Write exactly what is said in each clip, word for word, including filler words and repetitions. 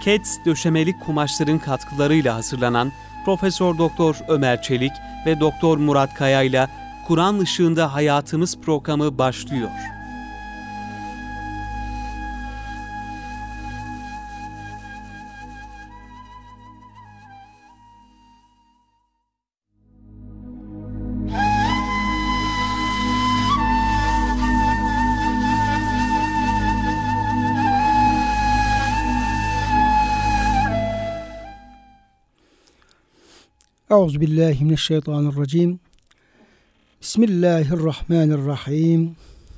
Keds döşemelik kumaşların katkılarıyla hazırlanan Profesör Doktor Ömer Çelik ve Doktor Murat Kaya ile Kur'an Işığında Hayatımız programı başlıyor. Euzubillahimineşşeytanirracim. Bismillahirrahmanirrahim.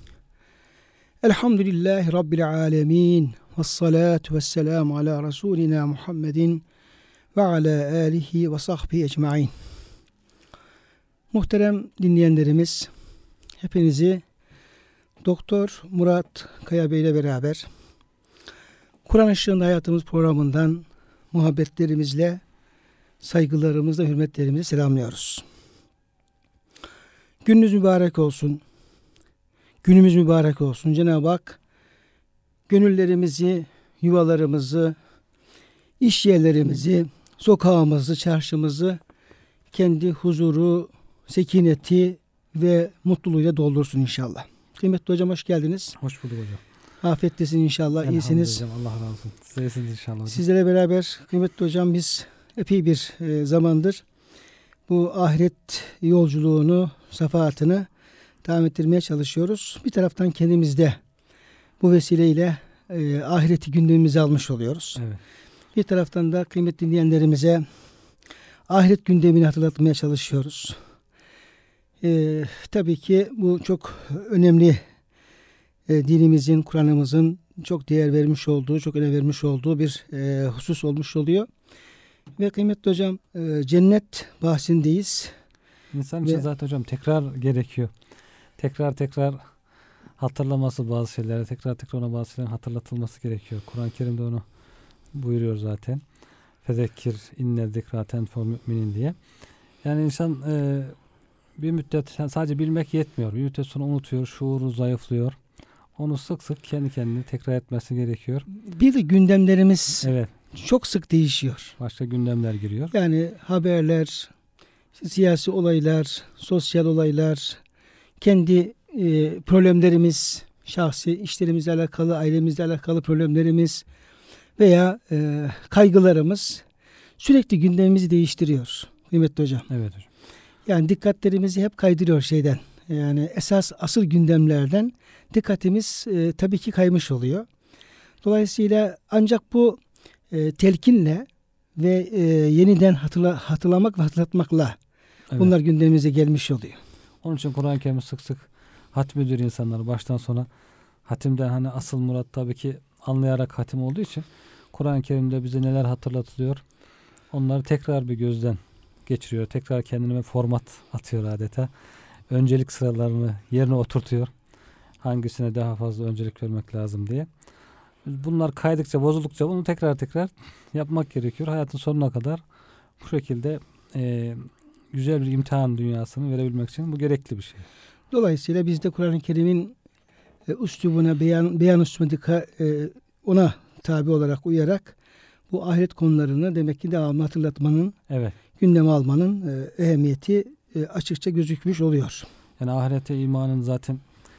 Elhamdülillahi Rabbil alemin. Vessalatu vesselamu ala Resulina Muhammedin ve ala alihi ve sahbihi ecmain. Muhterem dinleyenlerimiz, hepinizi Doktor Murat Kaya Bey ile beraber Kur'an Işığında Hayatımız programından muhabbetlerimizle, saygılarımızla, hürmetlerimizi selamlıyoruz. Gününüz mübarek olsun. Günümüz mübarek olsun. Cenab-ı Hak gönüllerimizi, yuvalarımızı, iş yerlerimizi, sokağımızı, çarşımızı kendi huzuru, sekineti ve mutluluğuyla doldursun inşallah. Kıymetli hocam, hoş geldiniz. Hoş bulduk hocam. Afiyettesin inşallah, iyisiniz. Hocam, Allah razı olsun. Siz iyisiniz inşallah hocam. Sizlere beraber kıymetli hocam biz epey bir e, zamandır bu ahiret yolculuğunu, safahatını devam ettirmeye çalışıyoruz. Bir taraftan kendimizde bu vesileyle e, ahireti gündemimize almış oluyoruz. Evet. Bir taraftan da kıymetli dinleyenlerimize ahiret gündemini hatırlatmaya çalışıyoruz. E, tabii ki bu çok önemli, e, dinimizin, Kur'an'ımızın çok değer vermiş olduğu, çok önem vermiş olduğu bir e, husus olmuş oluyor. Ve kıymetli hocam, e, cennet bahsindeyiz. İnsan için Ve, zaten hocam tekrar gerekiyor. Tekrar tekrar hatırlaması bazı şeyleri, tekrar tekrar ona bazı şeylerin hatırlatılması gerekiyor. Kur'an-ı Kerim'de onu buyuruyor zaten. Fezekkir inne zikraten fe müminin diye. Yani insan e, bir müddet sadece bilmek yetmiyor. Bir müddet sonra unutuyor, şuuru zayıflıyor. Onu sık sık kendi kendine tekrar etmesi gerekiyor. Bir de gündemlerimiz evet. çok sık değişiyor. Başka gündemler giriyor. Yani haberler, siyasi olaylar, sosyal olaylar, kendi e, problemlerimiz, şahsi işlerimizle alakalı, ailemizle alakalı problemlerimiz veya e, kaygılarımız sürekli gündemimizi değiştiriyor kıymetli hocam. Evet hocam. Yani dikkatlerimizi hep kaydırıyor şeyden. Yani esas asıl gündemlerden dikkatimiz e, tabii ki kaymış oluyor. Dolayısıyla ancak bu e, telkinle ve e, yeniden hatırla, hatırlamak ve hatırlatmakla evet. bunlar gündemimize gelmiş oluyor. Onun için Kur'an-ı Kerim sık sık hatmediyor insanlar baştan sona. Hatimden hani asıl murat tabii ki anlayarak hatim olduğu için Kur'an-ı Kerim'de bize neler hatırlatılıyor. Onları tekrar bir gözden geçiriyor. Tekrar kendine format atıyor adeta. Öncelik sıralarını yerine oturtuyor. Hangisine daha fazla öncelik vermek lazım diye. Bunlar kaydıkça, bozuldukça bunu tekrar tekrar yapmak gerekiyor. Hayatın sonuna kadar bu şekilde e, güzel bir imtihan dünyasını verebilmek için bu gerekli bir şey. Dolayısıyla biz de Kur'an-ı Kerim'in e, üslubuna, beyan, beyan üslubuna e, ona tabi olarak uyarak bu ahiret konularını demek ki devamlı hatırlatmanın, evet. gündeme almanın e, ehemmiyeti e, açıkça gözükmüş oluyor. Yani ahirete imanın zaten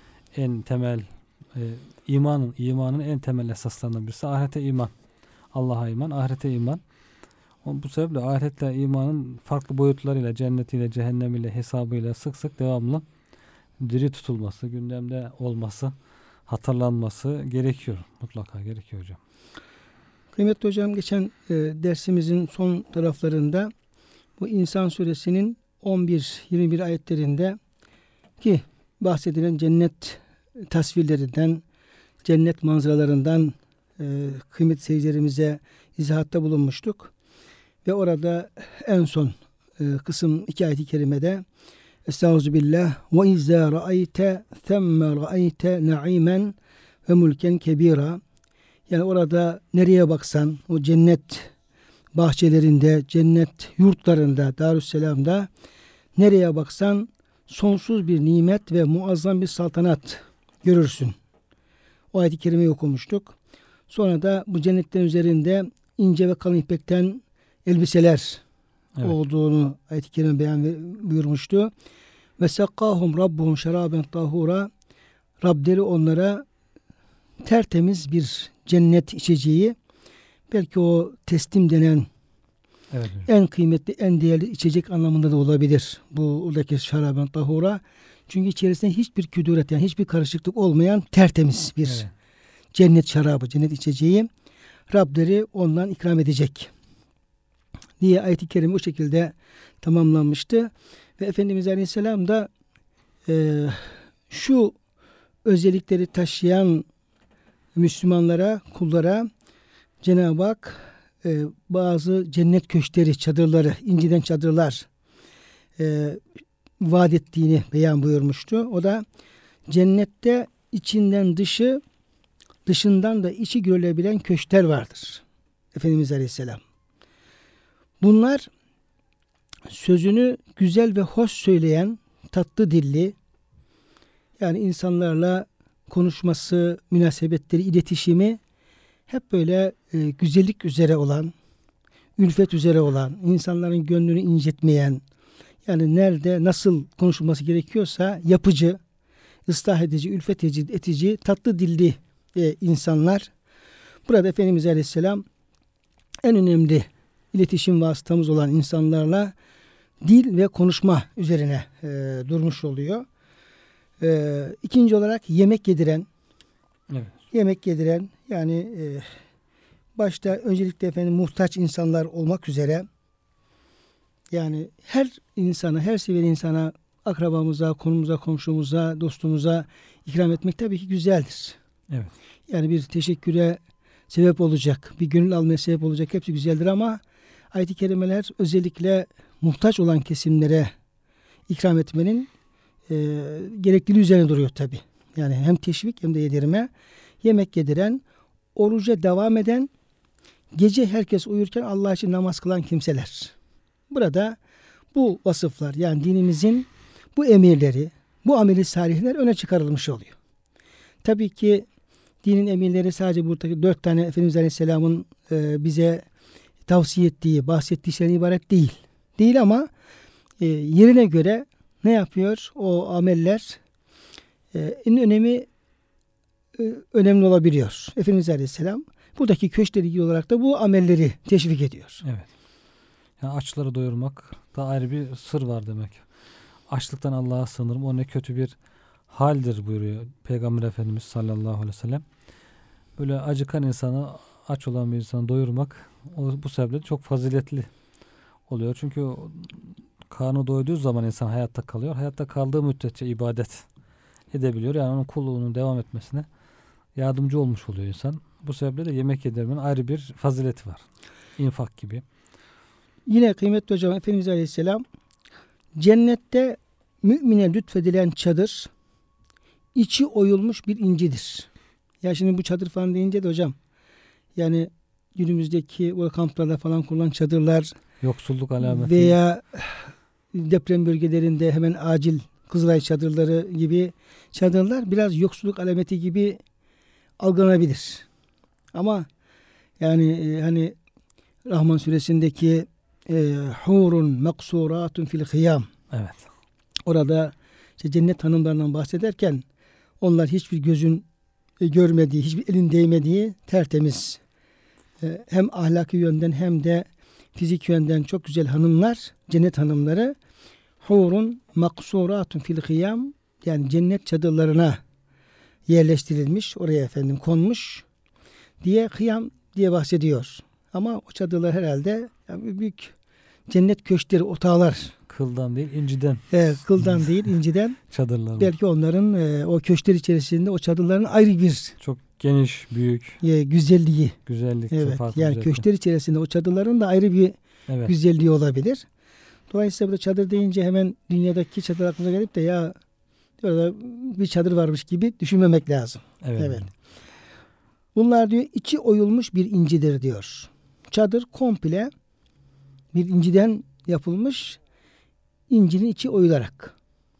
en temel e, imanın imanın en temel esaslarından birisi ahirete iman. Allah'a iman, ahirete iman. O, bu sebeple ahiretle imanın farklı boyutlarıyla, cennetiyle, cehennemiyle, hesabıyla sık sık devamlı diri tutulması, gündemde olması, hatırlanması gerekiyor. Mutlaka gerekiyor hocam. Kıymetli hocam, geçen e, dersimizin son taraflarında bu İnsan Suresinin on bir yirmi bir ayetlerinde ki bahsedilen cennet tasvirlerinden, cennet manzaralarından e, kıymetli seyircilerimize izahatta bulunmuştuk. Ve orada en son e, kısım iki ayet-i kerimede Estağfirullah ve izâ ra'ayte themme ra'ayte na'imen ve mulken kebira. Yani orada nereye baksan o cennet bahçelerinde, cennet yurtlarında, Darüsselam'da nereye baksan sonsuz bir nimet ve muazzam bir saltanat görürsün. O ayet-i kerimeyi okumuştuk. Sonra da bu cennetlerin üzerinde ince ve kalın ipekten elbiseler Evet. olduğunu ayet-i kerime beyan buyurmuştu. Ve sakkahum rabbuhum şeraben tahura, Rableri onlara tertemiz bir cennet içeceği, belki o teslim denen Evet hocam. en kıymetli, en değerli içecek anlamında da olabilir. Bu oradaki şeraben tahura. Çünkü içerisinde hiçbir küdüret, yani hiçbir karışıklık olmayan tertemiz bir Evet. cennet şarabı, cennet içeceği Rableri ondan ikram edecek diye ayet-i kerime o şekilde tamamlanmıştı. Ve Efendimiz Aleyhisselam da e, şu özellikleri taşıyan Müslümanlara, kullara Cenab-ı Hak e, bazı cennet köşkleri, çadırları, inciden çadırlar e, vaat ettiğini beyan buyurmuştu. O da cennette içinden dışı, dışından da içi görülebilen köşkler vardır. Efendimiz Aleyhisselam. Bunlar sözünü güzel ve hoş söyleyen, tatlı dilli, yani insanlarla konuşması, münasebetleri, iletişimi hep böyle e, güzellik üzere olan, ülfet üzere olan, insanların gönlünü incitmeyen, yani nerede nasıl konuşulması gerekiyorsa yapıcı, ıslah edici, ülfet edici, etici, tatlı dilli e, insanlar. Burada Efendimiz Aleyhisselam en önemli iletişim vasıtamız olan insanlarla dil ve konuşma üzerine e, durmuş oluyor. E, ikinci olarak yemek yediren, Evet. yemek yediren, yani e, başta öncelikle efendim muhtaç insanlar olmak üzere, yani her insana, her seviyeli insana, akrabamıza, konumuza, komşumuza, dostumuza ikram etmek tabii ki güzeldir. Evet. Yani bir teşekküre sebep olacak, bir gönül almaya sebep olacak, hepsi güzeldir ama ayet-i kerimeler özellikle muhtaç olan kesimlere ikram etmenin e, gerekliliği üzerine duruyor tabii. Yani hem teşvik hem de yedirme. Yemek yediren, oruca devam eden, gece herkes uyurken Allah için namaz kılan kimseler. Burada bu vasıflar, yani dinimizin bu emirleri, bu ameli salihler öne çıkarılmış oluyor. Tabii ki dinin emirleri sadece buradaki dört tane Efendimiz Aleyhisselam'ın e, bize tavsiye ettiği, bahsettiği şeyden ibaret değil. Değil ama e, yerine göre ne yapıyor? O ameller e, en önemi e, önemli olabiliyor. Efendimiz Aleyhisselam buradaki köşkleri ilgili olarak da bu amelleri teşvik ediyor. Evet. Yani açları doyurmak da ayrı bir sır var demek. Açlıktan Allah'a sığınırım. O ne kötü bir haldir buyuruyor Peygamber Efendimiz sallallahu aleyhi ve sellem. Böyle acıkan insanı, aç olan bir insanı doyurmak o, bu sebeple çok faziletli oluyor. Çünkü o, karnı doyduğu zaman insan hayatta kalıyor. Hayatta kaldığı müddetçe ibadet edebiliyor. Yani onun kulluğunun devam etmesine yardımcı olmuş oluyor insan. Bu sebeple de yemek yedirmenin ayrı bir fazileti var. İnfak gibi. Yine kıymetli hocam, Efendimiz Aleyhisselam cennette mümine lütfedilen çadır içi oyulmuş bir incidir. Ya şimdi bu çadır falan deyince de hocam, yani günümüzdeki o kamplarda falan kurulan çadırlar Yoksulluk alameti. veya deprem bölgelerinde hemen acil Kızılay çadırları gibi çadırlar biraz yoksulluk alameti gibi algılanabilir. Ama yani e, hani Rahman suresindeki e, hurun maksuratun fil hıyam, Evet. orada işte cennet hanımlarından bahsederken onlar hiçbir gözün e, görmediği, hiçbir elin değmediği tertemiz, e, hem ahlaki yönden hem de fizik yönden çok güzel hanımlar, cennet hanımları, hurun maksuratun fil hıyam, yani cennet çadırlarına yerleştirilmiş, oraya efendim konmuş diye hıyam diye bahsediyor. Ama o çadırlar herhalde yani büyük cennet köşkleri, otağlar. Kıldan değil, inciden. Evet, kıldan değil, inciden. Çadırlar. Belki onların e, o köşkler içerisinde o çadırların ayrı bir Çok geniş, büyük, e, güzelliği. güzellik. Evet, farklı yani güzellik. köşkler içerisinde o çadırların da ayrı bir Evet. güzelliği olabilir. Dolayısıyla burada çadır deyince hemen dünyadaki çadır aklımıza gelip de ya orada bir çadır varmış gibi düşünmemek lazım. Evet. Evet. Bunlar diyor içi oyulmuş bir incidir diyor. Çadır komple bir inciden yapılmış, incinin içi oyularak.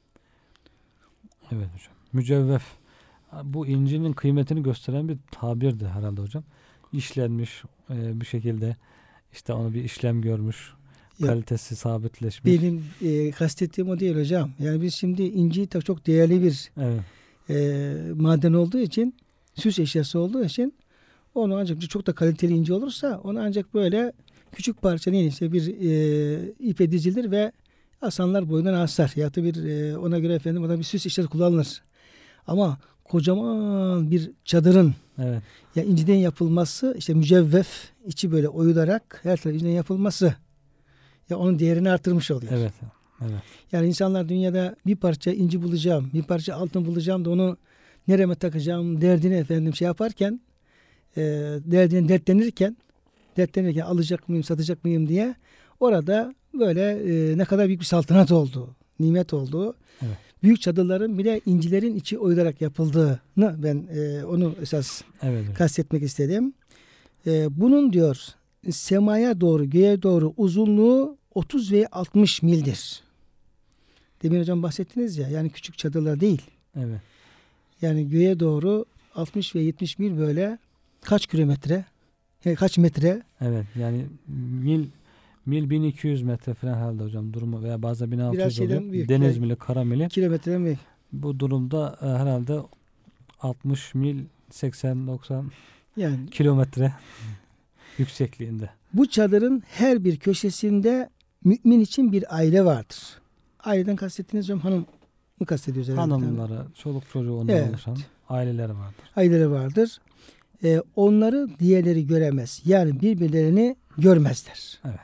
Evet hocam. Mücevvef. Bu incinin kıymetini gösteren bir tabirdi herhalde hocam. işlenmiş e, bir şekilde, işte onu bir işlem görmüş, Ya, kalitesi sabitleşmiş. benim e, kastettiğim o değil hocam. Yani biz şimdi inci de çok değerli bir Evet, e, maden olduğu için, süs eşyası olduğu için onu ancak çok da kaliteli inci olursa onu ancak böyle küçük parça neyse bir e, ipe dizilir ve asanlar boyundan asar. Ya da bir e, ona göre efendim ona bir süs eşyası kullanılır. Ama kocaman bir çadırın evet, ya inciden yapılması, işte mücevvef, içi böyle oyularak her tarafı inciden yapılması ya onun değerini artırmış oluyor. evet, evet, Yani insanlar dünyada bir parça inci bulacağım, bir parça altın bulacağım da onu nereme takacağım derdini efendim şey yaparken, e, derdini dertlenirken, dertlenirken alacak mıyım, satacak mıyım diye orada böyle e, ne kadar büyük bir saltanat olduğu, nimet olduğu, evet, büyük çadırların bile incilerin içi oyularak yapıldığını ben e, onu esas evet hocam. kastetmek istedim. E, bunun diyor semaya doğru, göğe doğru uzunluğu otuz ve altmış mildir. Demin hocam bahsettiniz ya, yani küçük çadırlar değil. Evet. Yani göğe doğru altmış ve yetmiş mil, böyle kaç kilometre, yani kaç metre? Evet, yani mil mil bin iki yüz metre falan herhalde hocam durumu, veya bazen bin altı Biraz yüz şeyden oluyor. büyük, Deniz yani mili, kara mili. kilometre mi? Bu durumda e, herhalde altmış mil, seksen doksan Yani kilometre yüksekliğinde. bu çadırın her bir köşesinde mümin için bir aile vardır. Aileden kastettiğiniz hocam hanım mı kastediyoruz herhalde? Hanımları, çoluk çocuğu ondan Evet. oluşan aileler vardır. Aileleri vardır. Ee, onları diğerleri göremez. Yani birbirlerini görmezler. Evet.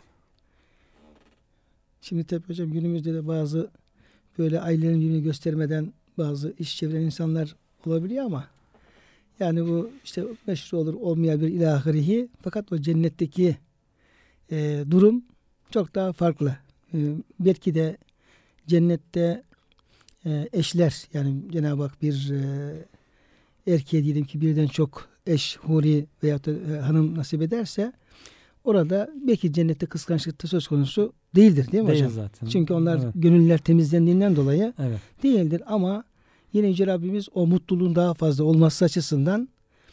Şimdi tabii hocam günümüzde de bazı böyle ailelerin birbirini göstermeden bazı iş çeviren insanlar olabiliyor ama yani bu işte meşru olur olmayabilir ilahirihi, fakat o cennetteki e, durum çok daha farklı. E, belki de cennette e, eşler, yani Cenab-ı Hak bir e, erkeğe diyelim ki birden çok eş, huri veyahut da e, hanım nasip ederse orada belki cennette kıskançlık da söz konusu değildir, değil mi Değil hocam? zaten. Çünkü onlar Evet. gönüller temizlendiğinden dolayı Evet. değildir, ama yine Yüce Rabbimiz o mutluluğun daha fazla olması açısından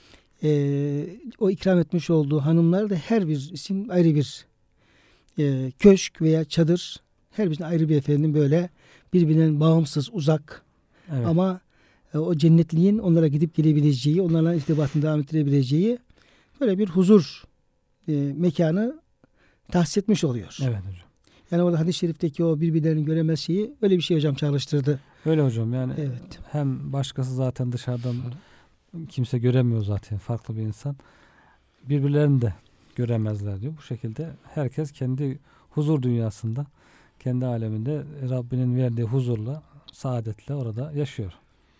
e, o ikram etmiş olduğu hanımlar da her bir isim ayrı bir e, köşk veya çadır, her birinin ayrı bir efendim böyle birbirinden bağımsız, uzak, Evet. ama e, o cennetliğin onlara gidip gelebileceği, onlarla irtibatını devam ettirebileceği böyle bir huzur e, mekanı tahsis etmiş oluyor. Evet hocam. Yani orada hadis-i şerifteki o birbirlerini göremez şeyi öyle bir şey hocam çağrıştırdı. Öyle hocam, yani Evet. hem başkası zaten dışarıdan kimse göremiyor zaten, farklı bir insan. Birbirlerini de göremezler diyor. Bu şekilde herkes kendi huzur dünyasında, kendi aleminde Rabbinin verdiği huzurla, saadetle orada yaşıyor.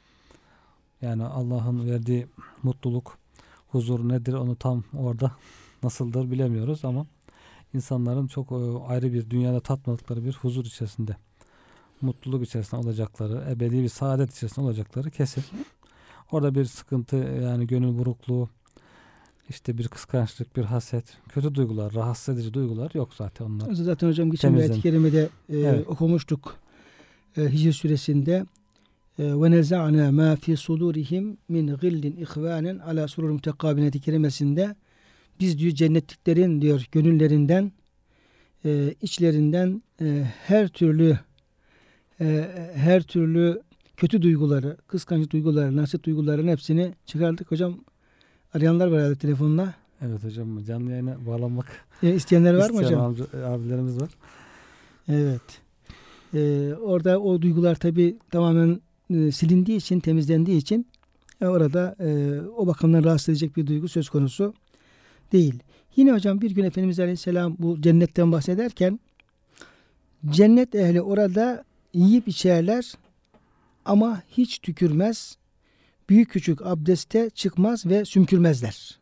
Yani Allah'ın verdiği mutluluk, huzur nedir onu tam orada nasıldır bilemiyoruz, ama insanların çok ayrı bir dünyada tatmadıkları bir huzur içerisinde, mutluluk içerisinde olacakları, ebedi bir saadet içerisinde olacakları kesin. Orada bir sıkıntı, yani gönül burukluğu, işte bir kıskançlık, bir haset, kötü duygular, rahatsız edici duygular yok zaten onlar. Zaten hocam geçen bir ayet-i kerimede e, Evet. okumuştuk. E, Hicr suresinde ve neza'na ma fi sudurihim min gillin ihvanen ala surur mutekabilin ayet-i kerimesinde biz diyor cennetliklerin diyor gönüllerinden e, içlerinden e, her türlü e, her türlü kötü duyguları, kıskançlık duyguları, naset duygularının hepsini çıkardık. Hocam arayanlar var herhalde telefonla. Evet hocam, canlı yayına bağlanmak E, isteyenler var mı isteyen hocam? amca- abilerimiz var. Evet. E, orada o duygular tabi tamamen e, silindiği için, temizlendiği için e, orada e, o bakımdan rahatsız edecek bir duygu söz konusu değil. Yine hocam bir gün Efendimiz Aleyhisselam bu cennetten bahsederken cennet ehli orada yiyip içerler ama hiç tükürmez, büyük küçük abdeste çıkmaz ve sümkürmezler.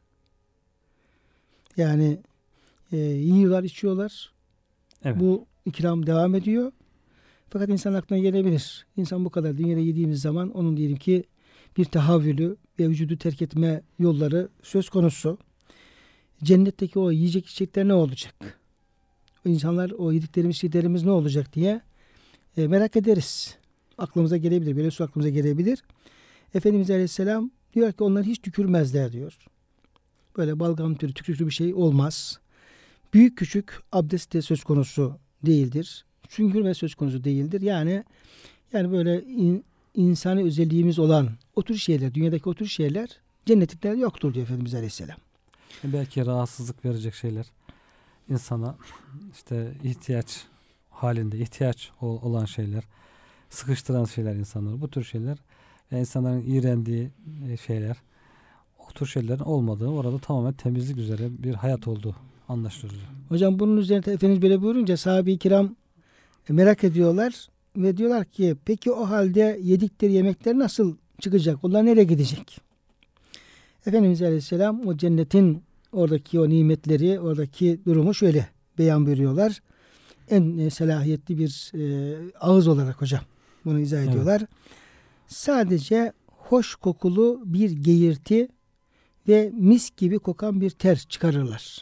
Yani e, yiyorlar, içiyorlar. Evet. Bu ikram devam ediyor. Fakat insan aklına gelebilir. İnsan bu kadar dünyada yediğimiz zaman onun diyelim ki bir tahavvülü ve vücudu terk etme yolları söz konusu. Cennetteki o yiyecek içecekler ne olacak? O insanlar, o yediklerimiz, içtiklerimiz ne olacak diye e, merak ederiz. Aklımıza gelebilir. Böyle su aklımıza gelebilir. Efendimiz Aleyhisselam diyor ki onlar hiç tükürmezler diyor. Böyle balgam türü, tükürüklü bir şey olmaz. Büyük küçük abdest de söz konusu değildir. Süngürme söz konusu değildir. Yani yani böyle in, insani özelliğimiz olan o tür şeyler, dünyadaki o tür şeyler cennetlikler yoktur diyor Efendimiz Aleyhisselam. Belki rahatsızlık verecek şeyler insana işte ihtiyaç halinde ihtiyaç olan şeyler, sıkıştıran şeyler insanları. Bu tür şeyler ve insanların iğrendiği şeyler, o tür şeylerin olmadığı, orada tamamen temizlik üzere bir hayat olduğu anlaşılıyor. Hocam bunun üzerine Efendimiz böyle buyurunca sahabe-i kiram merak ediyorlar ve diyorlar ki peki o halde yedikleri yemekler nasıl çıkacak? Onlar nereye gidecek? Efendimiz Aleyhisselam o cennetin oradaki o nimetleri, oradaki durumu şöyle beyan buyuruyorlar. En e, selahiyetli bir e, ağız olarak hocam bunu izah Evet. ediyorlar. Sadece hoş kokulu bir geğirti ve mis gibi kokan bir ter çıkarırlar.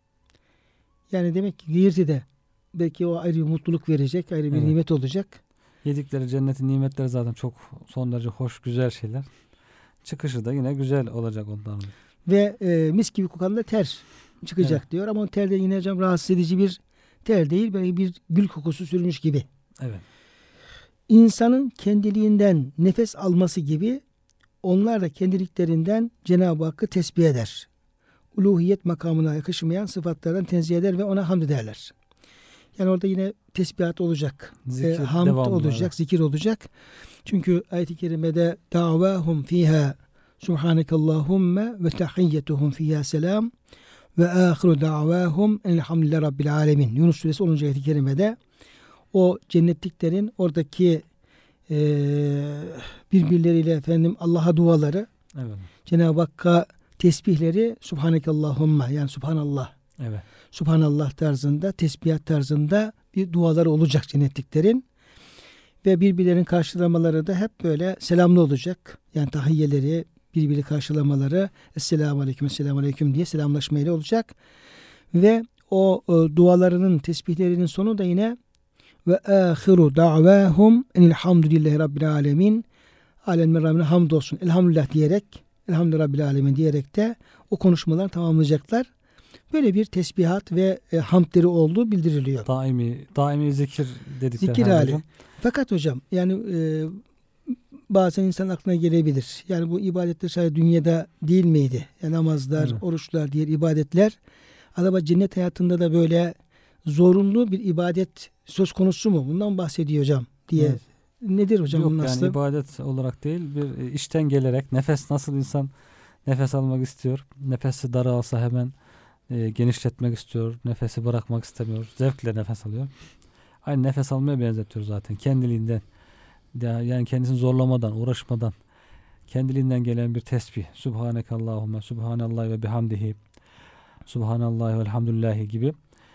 Yani demek ki geğirti de belki o ayrı bir mutluluk verecek, ayrı bir Evet. nimet olacak. Yedikleri cennetin nimetleri zaten çok son derece hoş, güzel şeyler. Çıkışı da yine güzel olacak onların. Ve e, mis gibi kokan da ter çıkacak Evet. diyor. Ama o ter de yine hocam rahatsız edici bir ter değil. Böyle bir gül kokusu sürmüş gibi. Evet. İnsanın kendiliğinden nefes alması gibi onlar da kendiliklerinden Cenab-ı Hakk'ı tesbih eder. Uluhiyet makamına yakışmayan sıfatlardan tenzih eder ve ona hamd ederler. Yani orada yine tesbihat olacak. Zikir E, hamd devamlı, olacak, evet. zikir olacak. Çünkü ayet-i kerimede davahum fiha subhanakallahumma ve tahiyyetuhum fiha selam ve ahiru davahum elhamdülillahi rabbil alemin. Yunus suresi onuncu ayet-i kerimede o cennetliklerin oradaki e, birbirleriyle efendim Allah'a duaları, Evet. Cenab-ı Hakk'a tesbihleri subhanakallahumma yani subhanallah. Evet. Subhanallah tarzında, tesbihat tarzında bir duaları olacak cennetliklerin. Ve birbirlerinin karşılamaları da hep böyle selamlı olacak. Yani tahiyyeleri, birbiri karşılamaları Esselamu Aleyküm, Esselamu Aleyküm diye selamlaşmayla olacak. Ve o, o dualarının, tesbihlerinin sonu da yine ve ahiru da'vahum enilhamdülillahi rabbil alemin. Alemin Rabbine hamdolsun. Elhamdülillah diyerek, elhamdülillahi rabbil alemin diyerek de o konuşmalar tamamlayacaklar. Böyle bir tesbihat ve e, hamdleri olduğu bildiriliyor. Daimi, daimi zikir dedikleri Zikir hali. hocam. Fakat hocam yani e, bazen insan aklına gelebilir. Yani bu ibadetler sadece dünyada değil miydi? Yani namazlar, Evet. oruçlar, diğer ibadetler. Acaba cennet hayatında da böyle zorunlu bir ibadet söz konusu mu? Bundan bahsediyor hocam diye. Evet. Nedir hocam Yok bunun yani aslı? ibadet olarak değil, bir işten gelerek nefes nasıl insan nefes almak istiyor. Nefesi daralsa hemen e, genişletmek istiyor. Nefesi bırakmak istemiyor. Zevkle nefes alıyor. Aynı nefes almaya benzetiyor zaten. Kendiliğinden yani kendisini zorlamadan, uğraşmadan kendiliğinden gelen bir tesbih. Subhanekallahümme, Subhanallahi ve bihamdihi, Subhanallahi ve elhamdülillahi gibi.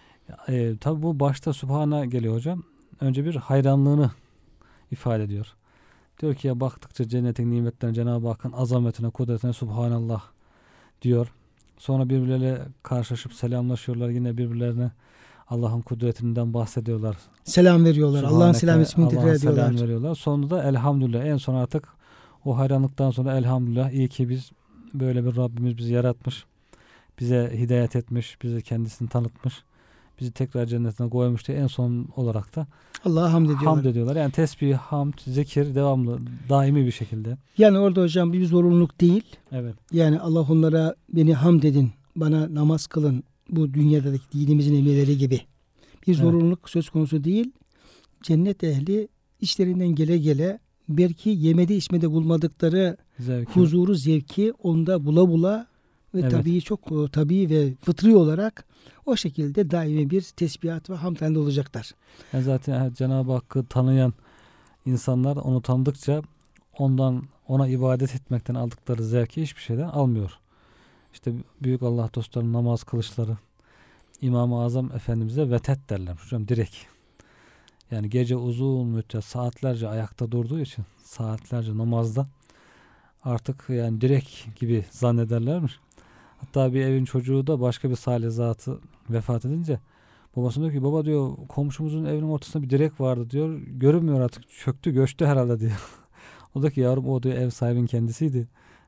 E, tabi bu başta Subhana geliyor hocam. Önce bir hayranlığını ifade ediyor. Diyor ki ya baktıkça cennetin nimetlerine, Cenab-ı Hakk'ın azametine, kudretine Subhanallah diyor. Sonra birbirleriyle karşılaşıp selamlaşıyorlar. Yine birbirlerine Allah'ın kudretinden bahsediyorlar. Selam veriyorlar. Allah'ın Subhaneke, selam ismini tekrar Allah'a ediyorlar. selam veriyorlar. Sonra da elhamdülillah. En son artık o hayranlıktan sonra elhamdülillah iyi ki biz böyle bir Rabbimiz bizi yaratmış. Bize hidayet etmiş. Bize kendisini tanıtmış. Bizi tekrar cennetine koymuş diye en son olarak da Allah'a hamd ediyorlar. hamd ediyorlar. Yani tesbih, hamd, zikir devamlı, daimi bir şekilde. Yani orada hocam bir zorunluluk değil. Evet. Yani Allah onlara beni hamd edin, bana namaz kılın, bu dünyadaki dinimizin emirleri gibi bir zorunluluk evet. söz konusu değil. Cennet ehli işlerinden gele gele belki yemede içmede bulmadıkları Zevki. huzuru, zevki onda bula bula ve Evet. tabii çok tabii ve fıtri olarak o şekilde daimi bir tesbihat ve hamd halinde olacaklar. Yani zaten Cenab-ı Hakk'ı tanıyan insanlar onu tanıdıkça ondan ona ibadet etmekten aldıkları zevki hiçbir şeyden almıyor. İşte büyük Allah dostlarının namaz kılışları, İmam-ı Azam Efendimiz'e vetet derler. Hocam direkt. Yani gece uzun müddet saatlerce ayakta durduğu için saatlerce namazda artık yani direkt gibi zannederlermiş. Hatta bir evin çocuğu da başka bir salih zatı vefat edince babası diyor ki baba diyor komşumuzun evinin ortasında bir direk vardı diyor. Görünmüyor artık, çöktü göçtü herhalde diyor. O da ki yavrum o diyor ev sahibinin kendisiydi.